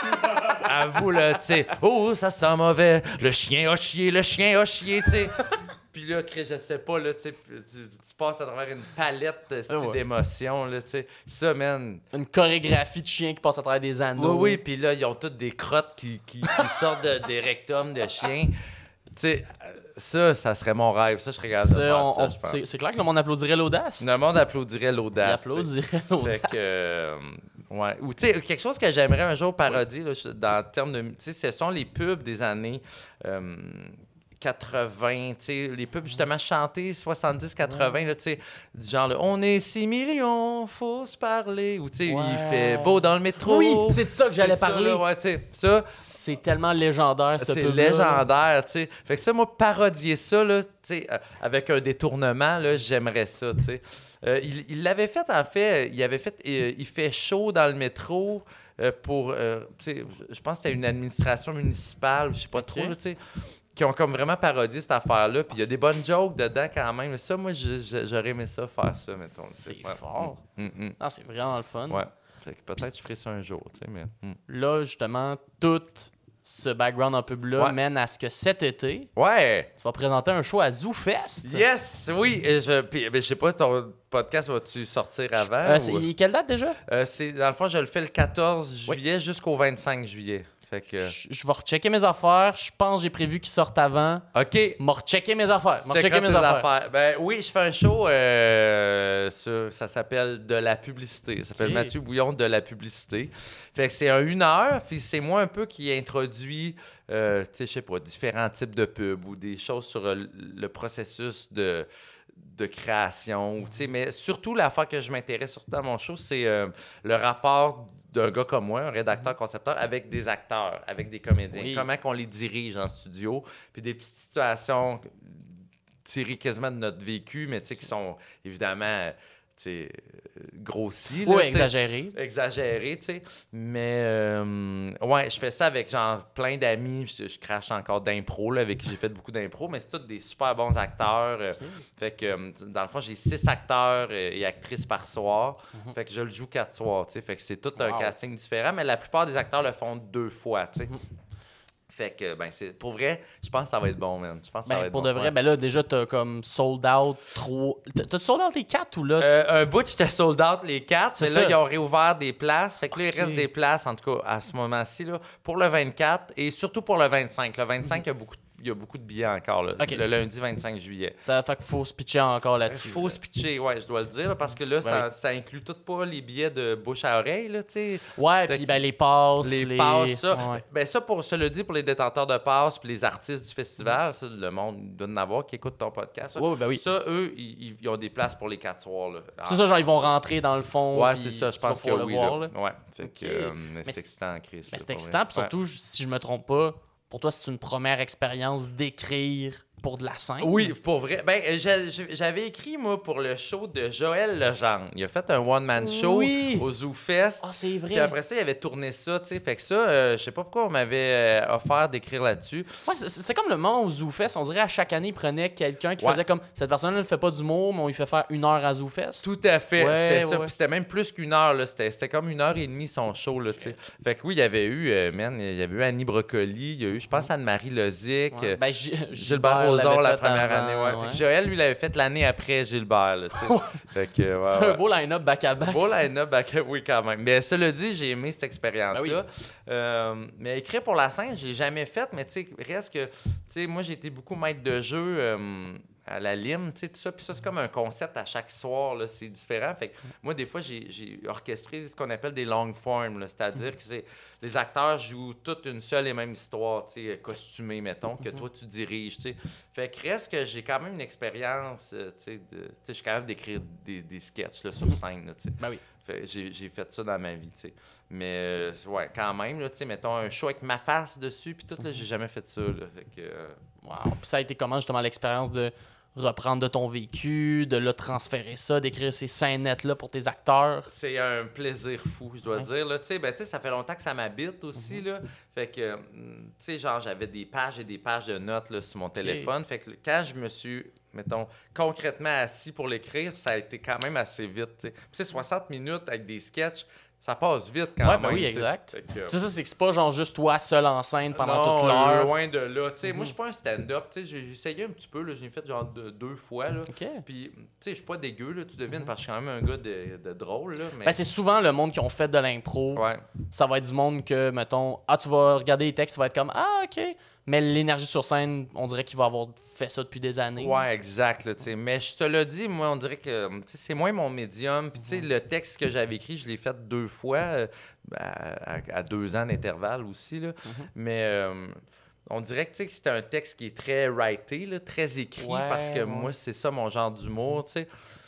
Avoue, là, tu sais, oh, ça sent mauvais, le chien a chié, tu sais. Puis là, je sais pas, là, tu sais, tu passes à travers une palette d'émotions, là, tu sais. Ça, man. Une chorégraphie de chien qui passe à travers des anneaux. Oui, puis là, ils ont toutes des crottes qui sortent des rectums de chiens. Tu sais, ça serait mon rêve. Ça, je serais capable de faire ça, je pense. C'est clair que le monde applaudirait l'audace. Le monde applaudirait l'audace. Il applaudirait l'audace. Fait que... ouais. Ou, tu sais, quelque chose que j'aimerais un jour parodier, là, dans le terme de... Tu sais, ce sont les pubs des années... 80, tu sais, les pubs justement chantées 70-80, là, tu sais, du genre là, on est 6 millions, faut se parler, ou tu sais, il fait beau dans le métro. Oui, c'est de ça que j'allais parler. Ça, là, ouais, tu sais, ça. C'est tellement légendaire, cette pub-là. C'est légendaire, tu sais. Fait que ça, moi, parodier ça, là, tu sais, avec un détournement, là, j'aimerais ça, tu sais. Il l'avait fait, en fait, il fait chaud dans le métro pour, tu sais, je pense que c'était une administration municipale, je sais pas trop, là, tu sais, qui ont comme vraiment parodié cette affaire-là. Puis il y a des bonnes jokes dedans quand même. Ça, moi, j'aurais aimé ça, faire ça, mettons. C'est fort. Non, c'est vraiment le fun. Ouais. Fait que peut-être je ferai ça un jour, tu sais, mais... Là, justement, tout ce background en pub-là mène à ce que cet été, tu vas présenter un show à ZooFest. Yes! Oui! Je sais pas, ton podcast va-tu sortir avant? Quelle date déjà? Dans le fond, je le fais le 14 juillet jusqu'au 25 juillet. Fait que... Je vais rechecker mes affaires. Je pense que j'ai prévu qu'ils sortent avant. OK. Je vais rechecker mes affaires. Ben oui, je fais un show ça s'appelle De la publicité. Ça s'appelle Mathieu Bouillon de la publicité. Fait que c'est un 1 heure, puis c'est moi un peu qui introduit, tu sais, je sais pas, différents types de pubs ou des choses sur le processus de création. Tu sais, mais surtout, l'affaire que je m'intéresse surtout dans mon show, c'est le rapport d'un gars comme moi, un rédacteur-concepteur, avec des acteurs, avec des comédiens. Oui. Comment qu'on les dirige en studio, puis des petites situations tirées quasiment de notre vécu, mais tu sais, qui sont évidemment... grossi. Oui, exagéré. Exagéré, tu sais. Mais, ouais, je fais ça avec, genre, plein d'amis. Je crache encore d'impro, là, avec qui j'ai fait beaucoup d'impro, mais c'est tous des super bons acteurs. Fait que, dans le fond, j'ai 6 acteurs et actrices par soir. Fait que je le joue 4 soirs, tu sais. Fait que c'est tout un casting différent, mais la plupart des acteurs le font 2 fois, tu sais. Fait que, ben, c'est pour vrai, je pense que ça va être bon, man. Je pense que ça va être pour bon. de vrai, ben là, déjà, t'as comme sold out trop. T'as sold out les 4 ou là? Un bout, j'étais sold out les 4. C'est Mais ça. là, ils ont réouvert des places. Fait que là, il Ok. reste des places, en tout cas, à ce moment-ci, là, pour le 24 et surtout pour le 25. Le 25, il y a beaucoup de billets encore, là, Ok. le lundi 25 juillet. Ça fait qu'il faut se pitcher encore Il là-dessus. faut se pitcher, ouais, je dois le dire, là, parce que là, Ben ça inclut tout pas les billets de bouche à oreille, là, tu sais. Ouais, Fait puis que ben les passes. Les passes, ça. Ouais. Ben ça, pour se le dire, pour les détenteurs de passes puis les artistes du festival, ça, le monde doit en avoir qui écoute ton podcast. Ça, Ouais, ben oui. ça eux, ils ont des places pour les 4 soirs. Là. C'est ça, genre, ils vont rentrer dans le fond. Ouais, puis c'est ça, je tu vas pense que pouvoir oui. le voir, Là. là. Ouais, fait que Ok. c'est c'est- excitant, Chris. Mais là, c'est pour excitant, vrai. puis surtout, si je me trompe pas, pour toi, c'est une première expérience d'écrire pour de la scène. Oui, pour vrai. Ben, j'avais écrit, moi, pour le show de Joël Legendre. Il a fait un one-man show Oui. au Zoo Fest. Ah, c'est vrai. Puis après ça, il avait tourné ça, tu sais. Fait que ça, je sais pas pourquoi on m'avait offert d'écrire là-dessus. Ouais, c'est comme le moment au ZooFest. On dirait à chaque année, ils prenaient quelqu'un qui Ouais. faisait comme cette personne-là ne fait pas d'humour, mais on lui fait faire 1 heure à ZooFest. Tout à fait, Ouais, c'était ça. ouais. Puis c'était même plus qu'1 heure, là. C'était comme 1h30 son show, là, tu sais. Fait que oui, il y avait eu, il y avait eu Annie Brocoli, il y a eu, je pense, Anne-Marie Lozic, Ouais. Ben, Gilbert Rozon la l'avait fait première avant, année, ouais. Fait que Joël, lui, l'avait fait l'année après Gilbert, là, tu sais. Fait que, ouais, C'était ouais. un beau line-up back-à-back. Beau line-up, oui, quand même. Mais cela dit, j'ai aimé cette expérience-là. Ben oui. Mais écrire pour la scène, je l'ai jamais fait, mais tu sais, reste que, tu sais, moi, j'ai été beaucoup maître de jeu à la lime, tu sais, tout ça. Puis ça, c'est comme un concept à chaque soir, là, c'est différent. Fait que moi, des fois, j'ai orchestré ce qu'on appelle des long forms, là, c'est-à-dire que les acteurs jouent toute une seule et même histoire, tu sais, costumée, mettons, que toi, tu diriges, tu sais. Fait que reste que j'ai quand même une expérience, tu sais, je suis capable d'écrire des sketchs, là, sur scène, là, tu sais. Ben oui. J'ai fait ça dans ma vie, tu sais. Mais, ouais, quand même, là, tu sais, mettons un show avec ma face dessus, puis tout, là, j'ai jamais fait ça, là. Fait que... Wow. Puis ça a été comment, justement, l'expérience de reprendre de ton vécu, de là, transférer ça, d'écrire ces scénettes-là pour tes acteurs? C'est un plaisir fou, je dois dire. Là. Tu sais, ça fait longtemps que ça m'habite aussi. Là. Fait que, tu sais, genre, j'avais des pages et des pages de notes là, sur mon téléphone. Fait que quand je me suis, mettons, concrètement assis pour l'écrire, ça a été quand même assez vite. Tu sais, 60 minutes avec des sketchs, ça passe vite quand Ouais, même. ben oui, tu sais. exact. Fait que, C'est ça, c'est que c'est pas genre juste toi seul en scène pendant non, toute l'heure. loin de là. Tu sais, moi, je suis pas un stand-up. Tu sais, j'ai essayé un petit peu. Là, j'ai fait genre 2 fois. Là. OK. Puis, tu sais, je suis pas dégueu, là, tu devines, parce que je suis quand même un gars de drôle. Là, mais... Ben, c'est souvent le monde qui ont fait de l'impro. Ouais. Ça va être du monde que, mettons, tu vas regarder les textes, tu vas être comme, OK. Mais l'énergie sur scène, on dirait qu'il va avoir fait ça depuis des années. Ouais, exact. Là, tu sais. Mais je te l'ai dit, moi, on dirait que tu sais, c'est moins mon médium. Puis, tu sais, le texte que j'avais écrit, je l'ai fait 2 fois, à 2 ans d'intervalle aussi. Là. Mais on dirait que tu sais, que c'était un texte qui est très writé, là, très écrit, Ouais, parce que ouais. moi, c'est ça mon genre d'humour, tu sais.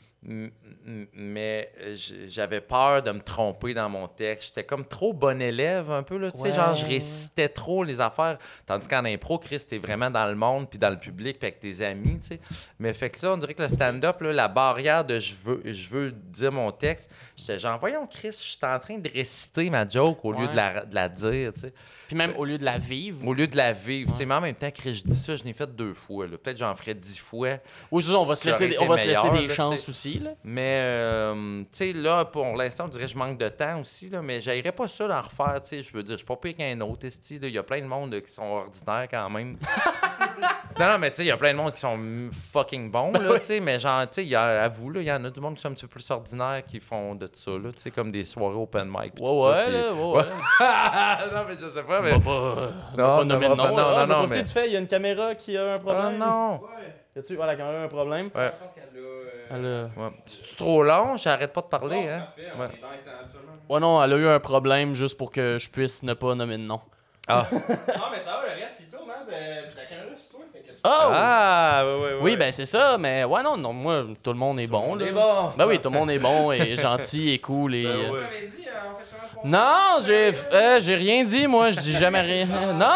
Mais j'avais peur de me tromper dans mon texte. J'étais comme trop bon élève un peu, là. Tu sais, Ouais. genre, je récitais trop les affaires. Tandis qu'en impro, Chris, t'es vraiment dans le monde, puis dans le public, puis avec tes amis, tu sais. Mais fait que ça, on dirait que le stand-up, là, la barrière de je veux dire mon texte, j'étais genre, voyons, Chris, je suis en train de réciter ma joke au lieu Ouais. de la dire, tu sais. Puis même au lieu de la vivre. Au lieu de la vivre. Tu sais, mais en même temps que je dis ça, je l'ai fait 2 fois, là. Peut-être j'en ferais 10 fois. Oui, c'est ça, on va se Ça aurait laisser, été on va se laisser meilleur, des là, chances tu sais. aussi. Là. Mais, tu sais, là, pour l'instant, on dirait que je manque de temps aussi, là, mais j'aimerais pas ça d'en refaire, tu sais. Je veux dire, je suis pas pire qu'un autre, esti, là. Il y a plein de monde qui sont ordinaires quand même. non, mais tu sais, il y a plein de monde qui sont fucking bons, là, tu sais. Mais genre, tu sais, à vous, là, il y en a du monde qui sont un petit peu plus ordinaires qui font de ça, là, tu sais, comme des soirées open mic. pis Ouais, tout ça, ouais, puis- là, ouais. non, mais je sais pas, mais... On va pas Non, nommer de non, nom. non, là. non, Je vais non, profiter mais- du fait, il y a une caméra qui a un Oh problème. non! Y-tu? Voilà, la caméra a un problème. Ouais. Je pense qu'elle a. Elle a... Ouais. C'est trop long? J'arrête pas de parler, C'est hein? parfait, on Ouais. est dans les temps actuellement. Ouais, non, elle a eu un problème juste pour que je puisse ne pas nommer de nom. Ah, Non, mais ça va, le reste, il tourne, hein. Puis la caméra, c'est toi, fait que tu Oh! Ah, ouais. Oui, ben c'est ça, mais ouais, non, moi, tout le monde est bon, là. bon. Ben oui, tout le monde est bon et gentil et cool et... Ben Vous ouais. m'avez dit, on fait ça pour Non, j'ai rien dit, moi, je dis jamais rien. Non!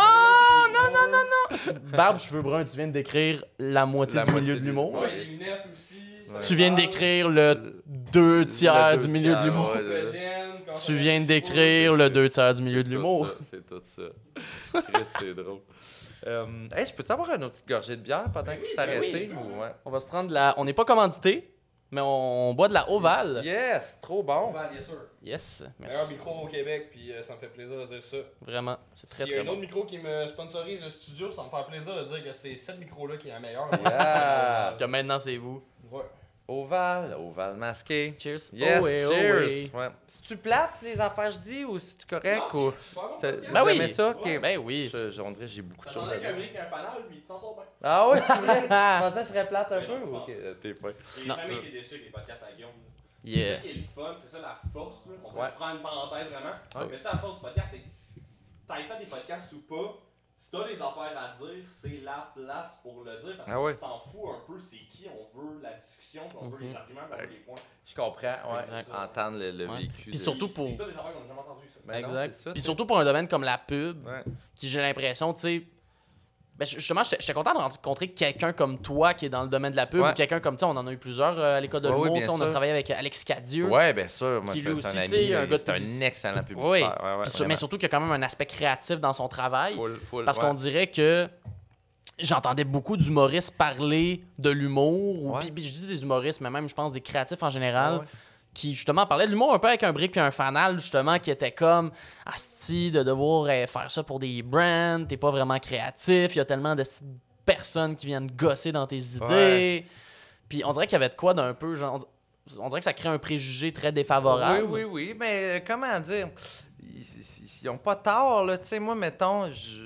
Barbe, cheveux bruns, tu viens de décrire la moitié La du moitié milieu de du- l'humour. Ouais, les lunettes aussi. Tu viens de décrire le 2 tiers du milieu de l'humour. Ouais, Tu viens de décrire le 2 tiers du milieu de l'humour. C'est tout ça. Chris, c'est drôle. Hey, je peux-tu avoir une autre petite gorgée de bière pendant qu'il s'est arrêté? Ou... Ouais. On va se prendre de la... On n'est pas commandité, mais on boit de la Oval. Yes, trop bon. Bien sûr. Yes, Meilleur merci. micro au Québec, puis ça me fait plaisir de dire ça. Vraiment, c'est très S'il y a très un autre bon. micro qui me sponsorise le studio, ça me fait plaisir de dire que c'est ce micro-là qui est la meilleure. Yeah. Que maintenant, c'est vous. Ouais. Oval masqué. Cheers. Yes, Oh oui, oh cheers. oui. Ouais. Si tu plates les affaires que je dis ou si tu correct ou... C'est Ben Vous oui. aimez ça? Ok. Ouais. Ben oui. On dirait que j'ai beaucoup de J'en choses ai à qu'un dire. brick et un fanal, puis tu t'en sors bien. Ah oui, c'est vrai? Tu pensais que je serais plate un Mais peu? non, ou non. ok, t'es pas. J'ai Non. jamais été déçu avec les podcasts à Guillaume. C'est Yeah. ça qui est le fun, c'est ça la force. Là. On Ouais. se prend une parenthèse vraiment. Ouais. Mais ça, la force du podcast, c'est que t'as fait des podcasts ou pas, si t'as des affaires à dire, c'est la place pour le dire. Parce Ah qu'on ouais. s'en fout un peu, c'est qui on veut, la discussion, puis on veut les arguments, puis on veut les points. Je comprends, ouais. Exact. Entendre le Ouais. vécu. Puis de- surtout Si- pour- Si t'as des affaires qu'on n'a jamais entendues, ça. Ben non, Exact. c'est ça, Puis c'est- surtout pour un domaine comme la pub, Ouais. qui j'ai l'impression, tu sais. Ben justement, j'étais content de rencontrer quelqu'un comme toi qui est dans le domaine de la pub, Ouais. ou quelqu'un comme, tu sais, on en a eu plusieurs à l'école de Ouais, oui, l'humour, bien tu sais, on a sûr. travaillé avec Alex Cadieux. Ouais, bien sûr. Moi, Qui ça, lui c'est aussi, un tu sais, ami. un là, gars de c'est un publicité. excellent Oui. publicitaire. Ouais, ouais, mais vraiment. surtout qu'il y a quand même un aspect créatif dans son travail. Full, Parce ouais. qu'on dirait que j'entendais beaucoup d'humoristes parler de l'humour, ou Ouais. puis je dis des humoristes, mais même je pense des créatifs en général, Ouais. qui justement parlaient de l'humour un peu avec un brick puis un fanal, justement, qui était comme asti de devoir faire ça pour des brands, t'es pas vraiment créatif, il y a tellement de personnes qui viennent gosser dans tes idées. Ouais. Puis on dirait qu'il y avait de quoi d'un peu, genre, on dirait que ça crée un préjugé très défavorable. Oui, mais comment dire? Ils n'ont pas tort, là. Tu sais, moi, mettons,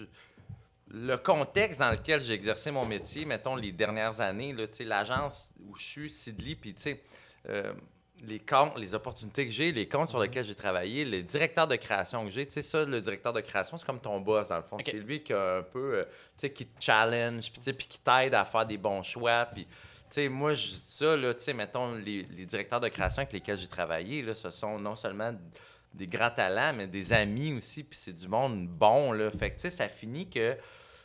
le contexte dans lequel j'ai exercé mon métier, mettons, les dernières années, là, tu sais, l'agence où je suis, Sidley, puis tu sais, les comptes, les opportunités que j'ai, les comptes sur lesquels j'ai travaillé, les directeurs de création que j'ai, tu sais, ça, le directeur de création, c'est comme ton boss, dans le fond. Ok. C'est lui qui a un peu, tu sais, qui te challenge, puis tu sais, puis qui t'aide à faire des bons choix, puis... Tu sais, moi, je dis ça, là, tu sais, mettons, les directeurs de création avec lesquels j'ai travaillé, là, ce sont non seulement des grands talents, mais des amis aussi, puis c'est du monde bon, là. Fait que, tu sais, ça finit que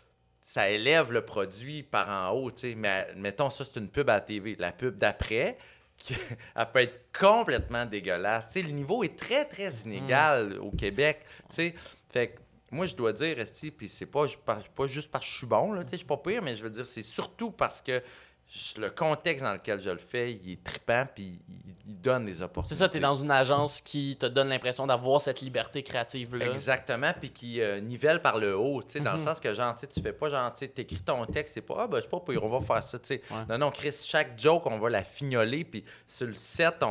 ça élève le produit par en haut, tu sais. Mais, mettons, ça, c'est une pub à la TV. La pub d'après, elle peut être complètement dégueulasse. Tu sais, le niveau est très, très inégal au Québec, tu sais. Fait que, moi, je dois dire, Esti, puis c'est pas juste parce que je suis bon, là, tu sais, je suis pas pire, mais je veux dire, c'est surtout parce que le contexte dans lequel je le fais, il est trippant, puis il donne des opportunités. C'est ça, t'es dans une agence qui te donne l'impression d'avoir cette liberté créative-là. Exactement, puis qui nivelle par le haut, tu sais, dans le sens que, genre, tu sais, tu fais pas, genre, tu sais, t'écris ton texte, c'est pas, ah, ben, je sais pas, on va faire ça, tu sais. Ouais. Non, Chris, chaque joke, on va la fignoler, puis sur le set,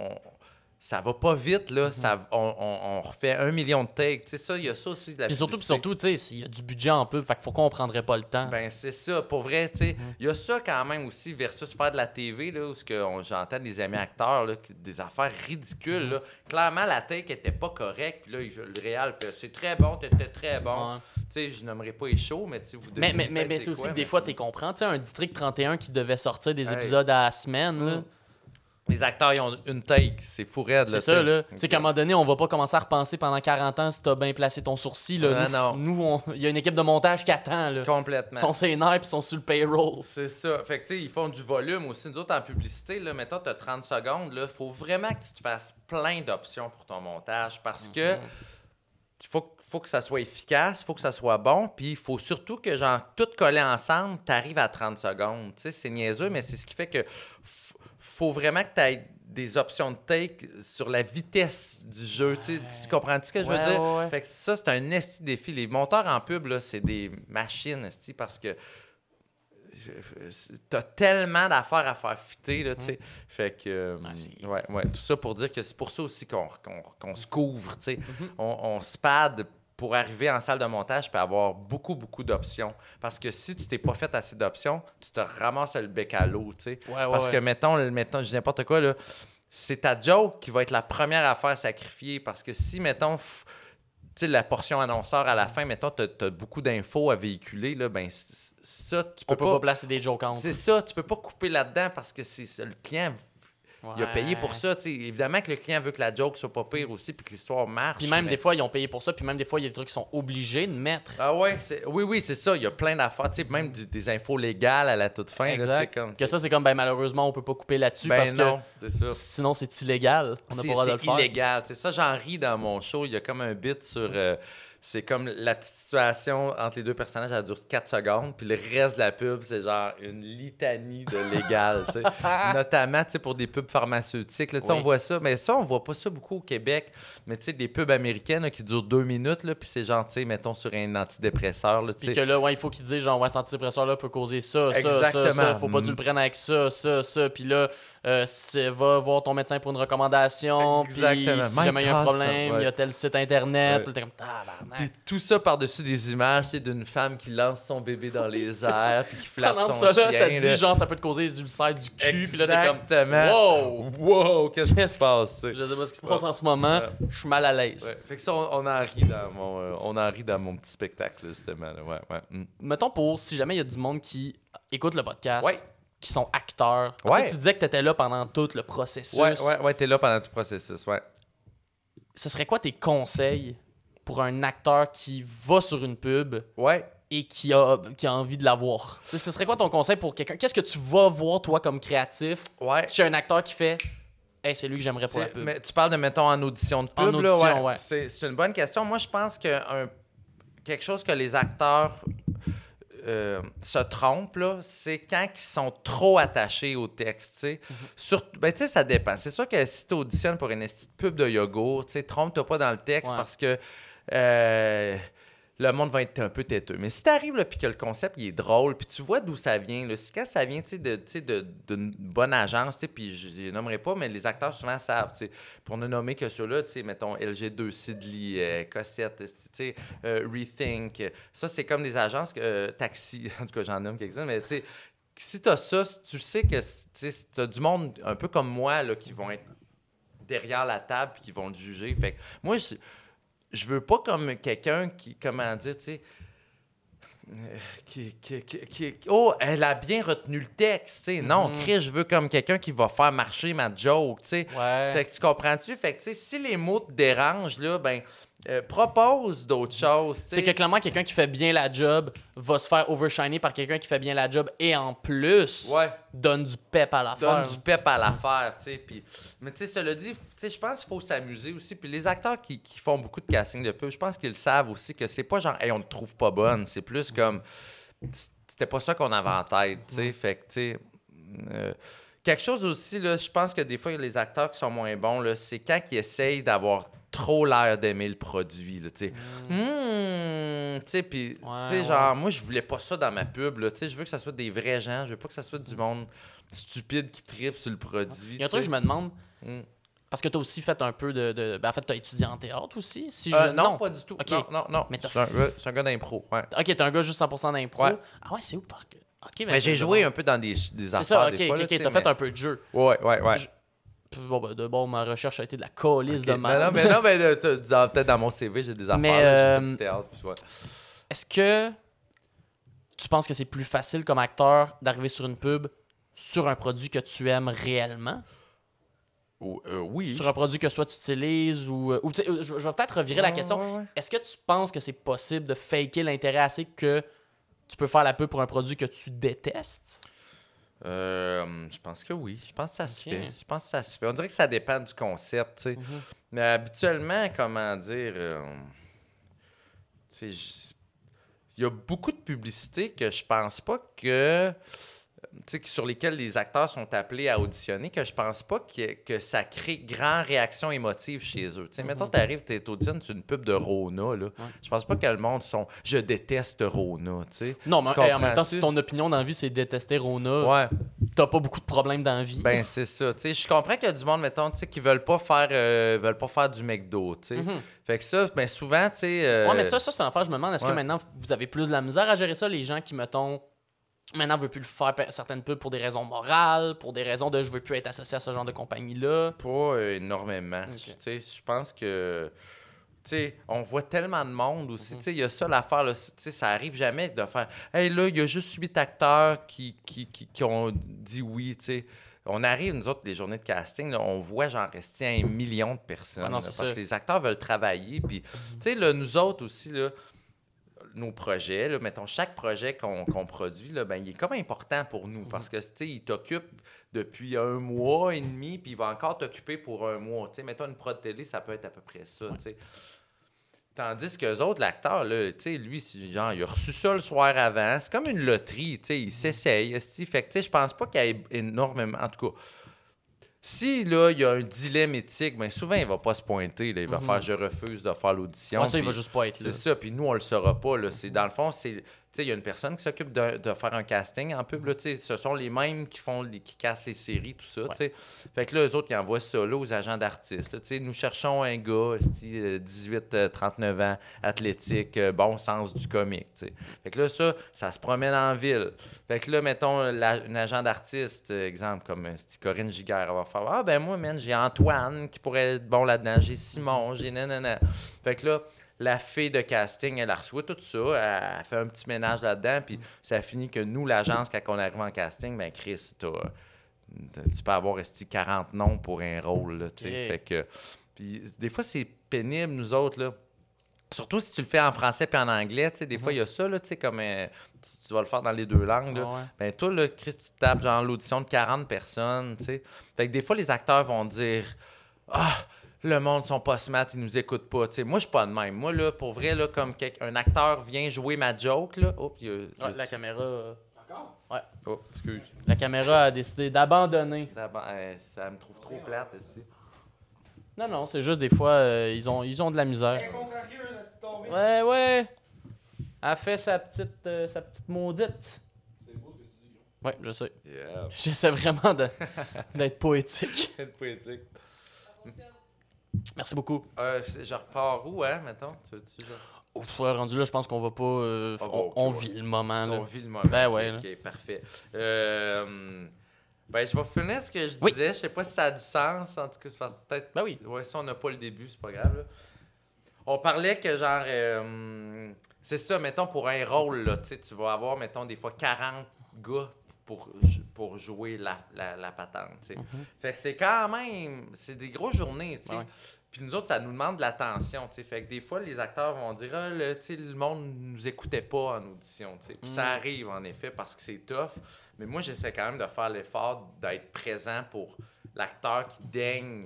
ça va pas vite, là, on refait 1 million de takes, tu sais, ça, il y a ça aussi de la Puis publicité. surtout, tu sais, il y a du budget en pub, fait que pourquoi on prendrait pas le temps? Ben, c'est ça. Pour vrai, tu sais, il y a ça quand même aussi versus faire de la TV, là, où j'entends des amis acteurs, là, des affaires ridicules, là. Clairement, la take était pas correcte. Puis là, le réal fait « C'est très bon, t'étais très bon. Ouais. Tu sais, je nommerai pas les shows, mais tu sais, vous devez Mais c'est aussi que des fois, t'es comprends. Tu sais, un District 31 qui devait sortir des Hey. épisodes à la semaine, là. Les acteurs, ils ont une take. C'est fou raide, là. C'est ça, là. Tu sais Ok. qu'à un moment donné, on va pas commencer à repenser pendant 40 ans si t'as bien placé ton sourcil, là. Ah, Nous, il y a une équipe de montage qui attend, là. Complètement. Ils sont ses nerfs puis ils sont sur le payroll. C'est ça. Fait que, tu sais, ils font du volume aussi. Nous autres, en publicité, là, mettons, tu as 30 secondes, là, faut vraiment que tu te fasses plein d'options pour ton montage parce que il faut que ça soit efficace, il faut que ça soit bon, puis il faut surtout que, genre, tout collé ensemble, tu arrives à 30 secondes. Tu sais, c'est niaiseux, mais c'est ce qui fait que faut vraiment que tu aies des options de take sur la vitesse du jeu. Tu comprends-tu ce que je veux Ouais, dire? ouais, ouais. Fait que ça, c'est un esti défi. Les monteurs en pub, là, c'est des machines, esti, parce que t'as tellement d'affaires à faire fitter, là, tu sais. Fait que, ouais, tout ça pour dire que c'est pour ça aussi qu'on se couvre, tu sais. On se pad pour arriver en salle de montage puis avoir beaucoup, beaucoup d'options. Parce que si tu t'es pas fait assez d'options, tu te ramasses le bec à l'eau, tu sais. Ouais, Parce que, mettons, je dis n'importe quoi, là, c'est ta joke qui va être la première à faire sacrifier. Parce que si, mettons, sais, la portion annonceur à la fin, mettons, t'as beaucoup d'infos à véhiculer, là, ben ça, tu peux On peut pas placer des jokes entre. C'est ça, tu peux pas couper là-dedans parce que le client, il a payé pour ça. T'sais. Évidemment que le client veut que la joke soit pas pire aussi puis que l'histoire marche. Puis même des fois, ils ont payé pour ça, puis même des fois, il y a des trucs qu'ils sont obligés de mettre. Ah ouais, oui, c'est ça. Il y a plein d'affaires, même des infos légales à la toute fin. Exact. Là, que ça, c'est comme, ben malheureusement, on peut pas couper là-dessus parce non, que c'est ça. sinon, c'est illégal. On n'a pas le droit de le faire. C'est illégal. Ça, j'en ris dans mon show. Il y a comme un bit sur... c'est comme la petite situation entre les deux personnages, elle dure 4 secondes, puis le reste de la pub, c'est genre une litanie de légal, tu sais. Notamment, tu sais, pour des pubs pharmaceutiques, là, tu sais, on voit ça. Mais ça, on voit pas ça beaucoup au Québec. Mais tu sais, des pubs américaines là, qui durent 2 minutes, là, puis c'est genre, tu sais, mettons, sur un antidépresseur, là, tu sais. Puis que là, il faut qu'ils disent, genre, cet antidépresseur-là peut causer ça. Faut pas que tu le prennes avec ça. Puis là, va voir ton médecin pour une recommandation. Puis si jamais il y a un problème, il y a tel site internet. Puis t'es comme, puis tout ça par-dessus des images d'une femme qui lance son bébé dans les airs puis qui flatte pendant son chien. Ça te dit, genre, ça peut te causer des ulcères du cul. Puis là, t'es comme, wow, qu'est-ce qui se passe? Je sais pas ce qui se passe en ce moment. Je suis mal à l'aise. Ouais. Fait que ça, on en rit dans mon petit spectacle, justement. Là. Ouais. Mettons si jamais il y a du monde qui écoute le podcast, qui sont acteurs. Ouais. Tu disais que t'étais là pendant tout le processus. Ouais, t'es là pendant tout le processus, ouais. Ce serait quoi tes conseils pour un acteur qui va sur une pub et qui a envie de la voir? Ce serait quoi ton conseil pour quelqu'un? Qu'est-ce que tu vas voir, toi, comme créatif, chez un acteur qui fait « Hey, c'est lui que j'aimerais pour la pub ». Mais tu parles de, mettons, en audition de pub, en audition, là, c'est une bonne question. Moi, je pense que quelque chose que les acteurs se trompent, là, c'est quand ils sont trop attachés au texte, tu sais. Ben, tu sais, ça dépend. C'est sûr que si tu auditionnes pour une pub de yogourt, tu sais, trompe-toi pas dans le texte parce que le monde va être un peu têteux. Mais si t'arrives là puis que le concept il est drôle, puis tu vois d'où ça vient, là, quand ça vient d'une bonne agence, puis je les nommerai pas, mais les acteurs souvent savent, pour ne nommer que ceux-là, mettons LG2, Sidley, Cossette, Rethink, ça c'est comme des agences, Taxi, en tout cas j'en nomme quelques-uns, mais tu sais, si t'as ça, tu sais que t'as du monde un peu comme moi là, qui vont être derrière la table puis qui vont te juger. Fait que moi, je veux pas comme quelqu'un qui, comment dire, tu sais, elle a bien retenu le texte, tu sais. Non, Chris, je veux comme quelqu'un qui va faire marcher ma joke, tu sais. Fait que tu comprends-tu? Fait que, tu sais, si les mots te dérangent, là, ben, propose d'autres choses, t'sais. C'est que clairement, quelqu'un qui fait bien la job va se faire overshiner par quelqu'un qui fait bien la job et en plus donne du pep à l'affaire. Donne du pep à l'affaire, tu sais. Puis, mais tu sais, cela dit, je pense qu'il faut s'amuser aussi. Puis les acteurs qui font beaucoup de casting de pub, je pense qu'ils savent aussi que c'est pas genre, hey, on te trouve pas bonne. C'est plus comme, c'était pas ça qu'on avait en tête, tu sais. Fait que, tu sais. Quelque chose aussi, là, je pense que des fois, les acteurs qui sont moins bons, là, c'est quand ils essayent d'avoir trop l'air d'aimer le produit, là, tu sais. Tu sais, puis, tu sais, genre, moi, je voulais pas ça dans ma pub, là, tu sais, je veux que ça soit des vrais gens, je veux pas que ça soit du monde stupide qui tripe sur le produit. Il y a un truc que je me demande, parce que t'as aussi fait un peu de en fait, t'as étudié en théâtre aussi, non, pas du tout. Okay. Non. Mais je suis un gars d'impro, OK, t'es un gars juste 100% d'impro. Ouais. Ah ouais, c'est où, parce que... OK, mais j'ai joué un peu dans des affaires, ça, des fois. OK, t'as fait un peu de jeu. Ouais. Bon, ma recherche a été de la colisse de merde. Mais peut-être dans mon CV, j'ai des affaires, j'ai fait du théâtre. Est-ce que tu penses que c'est plus facile comme acteur d'arriver sur une pub sur un produit que tu aimes réellement? Oui. Sur un produit que soit tu utilises ou je vais peut-être revirer la question. Ouais. Est-ce que tu penses que c'est possible de faker l'intérêt assez que tu peux faire la pub pour un produit que tu détestes? Je pense que oui. Je pense que ça se fait. On dirait que ça dépend du concept, tu sais. Mais habituellement, comment dire... tu sais, il y a beaucoup de publicités que je pense pas que... Tu sais, sur lesquels les acteurs sont appelés à auditionner, que je pense pas que ça crée grande réaction émotive chez eux. Tu sais, mettons, t'arrives, t'auditionnes sur une pub de Rona, là. Je pense pas que le monde sont « Je déteste Rona », tu sais. Non, mais en même temps, si ton opinion dans la vie, c'est détester Rona, t'as pas beaucoup de problèmes dans la vie. Ben, c'est ça. Tu sais, je comprends qu'il y a du monde, mettons, tu sais, qui veulent pas faire du McDo, tu sais. Fait que ça, ben souvent, tu sais... Ouais, mais ça, c'est une affaire, je me demande, est-ce que maintenant, vous avez plus de la misère à gérer ça, les gens qui, mettons... Maintenant, ne veut plus le faire certaines pubs pour des raisons morales, pour des raisons de je veux plus être associé à ce genre de compagnie-là. Pas énormément. Okay. Tu sais, je pense que sais, on voit tellement de monde aussi. Tu sais, il y a ça l'affaire, là, tu sais, ça arrive jamais de faire « Hey, là, il y a juste 8 acteurs qui ont dit oui, tu sais. » On arrive, nous autres, les journées de casting, là, on voit genre rester 1 million de personnes. non, là, c'est parce ça. que les acteurs veulent travailler. Puis, tu sais, là, nous autres aussi, là, nos projets, là, mettons, chaque projet qu'on produit, là, ben, il est comme important pour nous parce que, tu sais, il t'occupe depuis 1 mois et demi, puis il va encore t'occuper pour 1 mois. Tu sais, mettons, une prod télé, ça peut être à peu près ça, tu sais. Tandis qu'eux autres, l'acteur, là, tu sais, lui, genre, il a reçu ça le soir avant. C'est comme une loterie, tu sais, il s'essaye. Fait que, tu sais, je pense pas qu'il y ait énormément... En tout cas, si, là, il y a un dilemme éthique, bien souvent, il va pas se pointer. Là. Il va faire « je refuse de faire l'audition ». Ça, il va juste pas être là. C'est ça, puis nous, on le saura pas. Là. Dans le fond, c'est... Tu sais, il y a une personne qui s'occupe de faire un casting en pub. Là, tu sais, ce sont les mêmes qui cassent les séries, tout ça. Tu sais. Fait que là, eux autres, ils envoient ça là, aux agents d'artistes. Là, tu sais, nous cherchons un gars, 18-39 ans, athlétique, bon sens du comique. Tu sais. Fait que là, ça se promène en ville. Fait que là, mettons, une agent d'artiste, exemple, comme Corinne Giguère, elle va faire « Ah, ben moi, man, j'ai Antoine qui pourrait être bon là-dedans. J'ai Simon, j'ai nanana. » Fait que là, la fille de casting, elle reçoit tout ça, elle fait un petit ménage là-dedans, puis ça finit que nous, l'agence, quand on arrive en casting, ben Chris, tu peux avoir 40 noms pour un rôle, là, tu sais. Yeah. Fait que... Puis des fois, c'est pénible, nous autres, là. Surtout si tu le fais en français puis en anglais, tu sais, des fois, il y a ça, là, tu sais, comme tu vas le faire dans les 2 langues, là. Ouais. Ben toi, là, Chris, tu tapes, genre, l'audition de 40 personnes, tu sais. Fait que des fois, les acteurs vont dire « Ah! » Le monde sont pas smart, ils nous écoutent pas. T'sais, moi, je suis pas de même. Moi, là, pour vrai, là, comme un acteur vient jouer ma joke, là. Oh, La caméra. Encore? Ouais. Oh, excuse. La caméra a décidé d'abandonner. Ça me trouve trop plate, est-ce. Non, c'est juste des fois, ils ont de la misère. Elle est contrarieuse, la petite tombée. Ouais. Elle a fait sa petite maudite. C'est beau ce que tu dis. Ouais, je sais. Yeah. J'essaie vraiment d'être poétique. Poétique. Merci beaucoup. Je repars où, hein, mettons? Tu Ouf, ouais, rendu là, je pense qu'on va pas. On vit le moment. Là. On vit le moment. Ben ouais. OK, parfait. Ben, je vais finir ce que je Oui. disais. Je sais pas si ça a du sens. En tout cas, c'est parce que peut-être... Ben oui. Ouais, si on n'a pas le début, c'est pas grave. Là. On parlait que, genre... c'est ça, mettons, pour un rôle, là, tu vas avoir, mettons, des fois 40 gars pour jouer la patente, tu sais. Fait que c'est quand même... C'est des grosses journées, tu sais. Ouais. Puis nous autres, ça nous demande de l'attention, tu sais. Fait que des fois, les acteurs vont dire « Ah, tu sais, le monde nous écoutait pas en audition, tu sais. » Puis ça arrive, en effet, parce que c'est tough. Mais moi, j'essaie quand même de faire l'effort d'être présent pour l'acteur qui daigne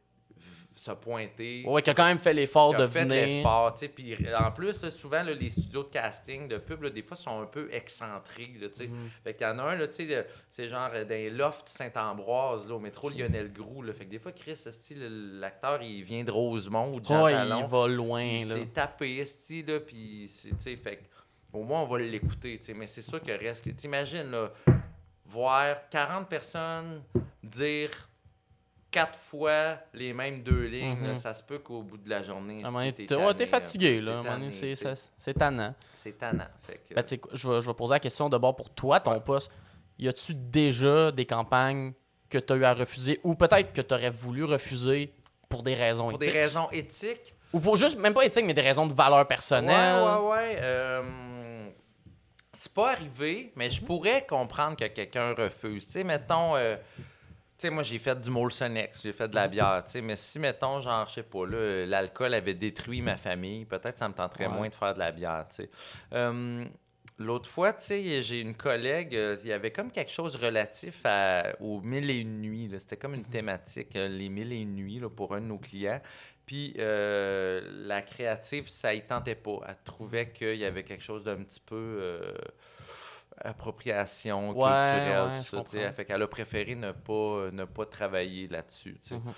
se pointer. Ouais, qui a quand même fait l'effort de fait venir. l'effort, tu sais. Puis en plus, là, souvent, là, les studios de casting, de pub, là, des fois, sont un peu excentrés, là, tu sais. Fait qu'il y en a un, là, tu sais, c'est genre dans les lofts Saint-Ambroise, là, au métro Lionel Groux, là. Fait que des fois, Chris, l'acteur, il vient de Rosemont ou de Jean Ouais, Talon. il va loin, Il là. s'est tapé, là, puis, tu sais, fait que, au moins, on va l'écouter, tu sais. Mais c'est sûr que reste... T'imagines, là, voir 40 personnes dire 4 fois les mêmes 2 lignes, là, ça se peut qu'au bout de la journée, t'es fatigué, là. À un moment donné, c'est tannant. C'est tannant. Fait que... Ben, tu sais, je vais poser la question d'abord pour toi, ton poste. Y a-tu déjà des campagnes que tu as eu à refuser ou peut-être que tu aurais voulu refuser pour des raisons Pour éthiques? des raisons éthiques? Ou pour juste, même pas éthiques, mais des raisons de valeur personnelle? Ouais. C'est pas arrivé, mais je pourrais comprendre que quelqu'un refuse. Tu sais, mettons... Tu sais, moi, j'ai fait du Molson X, j'ai fait de la bière, tu sais, mais si, mettons, genre, je sais pas, là, l'alcool avait détruit ma famille, peut-être ça me tenterait moins de faire de la bière, tu sais. L'autre fois, tu sais, j'ai une collègue, il y avait comme quelque chose relatif aux 1001 nuits, là. C'était comme une thématique, les 1001 nuits, là, pour un de nos clients. Puis la créative, ça y tentait pas. Elle trouvait qu'il y avait quelque chose d'un petit peu... appropriation culturelle, tout ça, tu sais. Fait qu'elle a préféré ne pas travailler là-dessus, tu sais.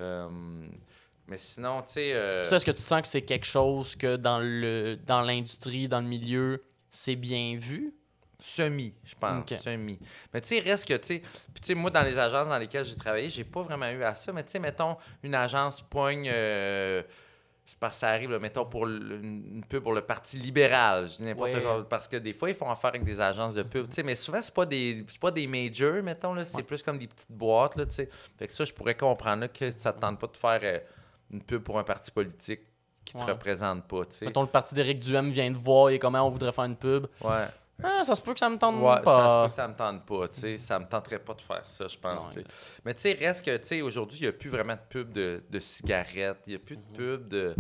Mais sinon, tu sais... Ça, est-ce que tu sens que c'est quelque chose que dans l'industrie, dans le milieu, c'est bien vu? Semi, je pense. Okay. Semi. Mais tu sais, reste que, tu sais... Puis tu sais, moi, dans les agences dans lesquelles j'ai travaillé, j'ai pas vraiment eu à ça. Mais tu sais, mettons, une agence pogne... c'est parce que ça arrive, là, mettons, pour une pub pour le Parti libéral. Je dis n'importe quoi. Parce que des fois, ils font affaire avec des agences de pub. Mais souvent, c'est pas des majors, mettons. Là, c'est plus comme des petites boîtes. Là, fait que ça, je pourrais comprendre là, que ça ne te tente pas de faire une pub pour un parti politique. te représentent pas, tu sais. Mettons, le parti d'Éric Duhem vient de voir et comment on voudrait faire une pub. Ouais. Ça se peut que ça me tente Ouais, pas. ça se peut que ça me tente pas, tu sais. Ça me tenterait pas de faire ça, je pense, Non, tu sais. Mais tu sais, reste que, tu sais, aujourd'hui, il n'y a plus vraiment de pub de cigarettes. Il n'y a plus de pub de...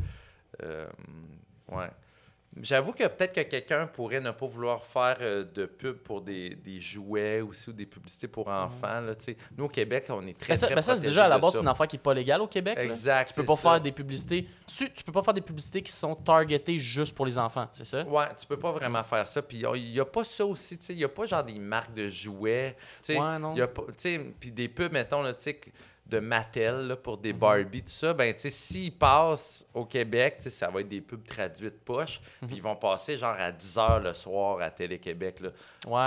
ouais. J'avoue que peut-être que quelqu'un pourrait ne pas vouloir faire de pub pour des jouets aussi ou des publicités pour enfants. Là, tu sais. Nous, au Québec, on est très, très ça, c'est déjà à la base une affaire qui n'est pas légale au Québec. Exact. Tu peux pas faire des publicités. Tu peux pas faire des publicités qui sont targetées juste pour les enfants, c'est ça? Ouais, tu peux pas vraiment faire ça. Puis il n'y a pas ça aussi, tu sais. Il n'y a pas genre des marques de jouets. Tu sais, ouais, non. Y a pas, tu sais, puis des pubs, mettons, là, tu sais, de Mattel là, pour des Barbie, tout ça, ben, tu sais, s'ils passent au Québec, tu sais, ça va être des pubs traduites poche, puis ils vont passer genre à 10h le soir à Télé-Québec, là,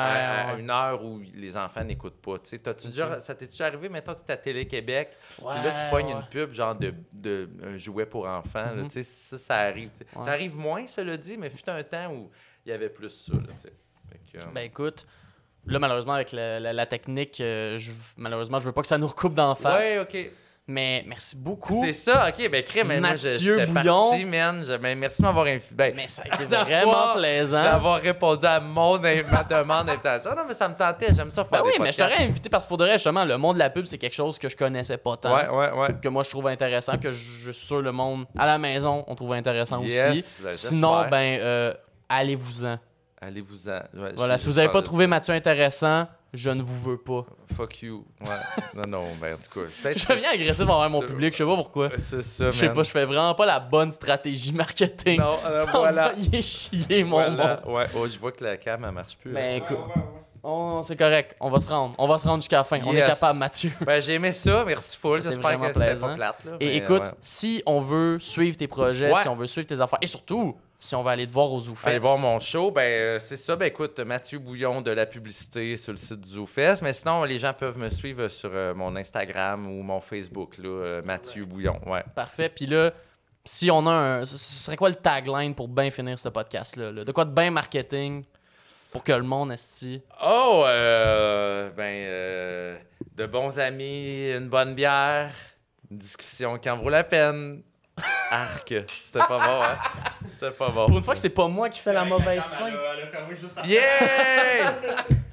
à une heure où les enfants n'écoutent pas, tu sais. Ça t'est déjà arrivé, mettons, tu es à Télé-Québec, puis là, tu pognes une pub genre de un jouet pour enfants, là, tu sais, ça arrive, tu sais. Ça arrive moins, cela dit, mais fut un temps où il y avait plus ça, là, tu sais. Ben, écoute... Là, malheureusement, avec la technique, malheureusement, je veux pas que ça nous recoupe d'en face. Ouais, OK. Mais merci beaucoup. C'est ça, OK. Ben, crème, Mathieu moi, Bouillon. Parti, man. Merci de m'avoir invité. Ben, mais ça a été vraiment plaisant. D'avoir répondu à ma demande d'invitation. Non, mais ça me tentait. J'aime ça faire des oui, podcasts. Mais je t'aurais invité parce que pour de vrai, justement, le monde de la pub, c'est quelque chose que je connaissais pas tant. Ouais. Que moi, je trouve intéressant, que je suis sûr le monde à la maison, on trouve intéressant aussi. Ben, sinon, allez-vous-en. Allez-vous-en. Ouais, voilà, si vous n'avez pas trouvé Mathieu intéressant, je ne vous veux pas. Fuck you. Ouais. non, ben en tout cas. Je deviens agressif envers mon public, je sais pas pourquoi. C'est ça, je sais pas, je fais vraiment pas la bonne stratégie marketing. Non, voilà. Chier mon monde. Ouais, je vois que la cam, elle marche plus. Ben écoute, c'est correct, on va se rendre. On va se rendre jusqu'à la fin. On est capable, Mathieu. Ben j'ai aimé ça, merci full. J'espère que c'était pas plate. Là, et écoute, si on veut suivre tes projets, si on veut suivre tes affaires, et surtout... Si on va aller te voir au ZooFest. Aller voir mon show, ben c'est ça. Ben écoute, Mathieu Bouillon de la publicité sur le site du ZooFest. Mais sinon, les gens peuvent me suivre sur mon Instagram ou mon Facebook, là, Mathieu Bouillon. Ouais. Parfait. Puis là, si on a ce serait quoi le tagline pour bien finir ce podcast-là? Là? De quoi de bien marketing pour que le monde esti? De bons amis, une bonne bière, une discussion qui en vaut la peine. Arc, c'était pas bon, hein? C'était pas bon. Pour une fois que c'est pas moi qui fais la mauvaise fin. Elle a fermé juste à Yeah!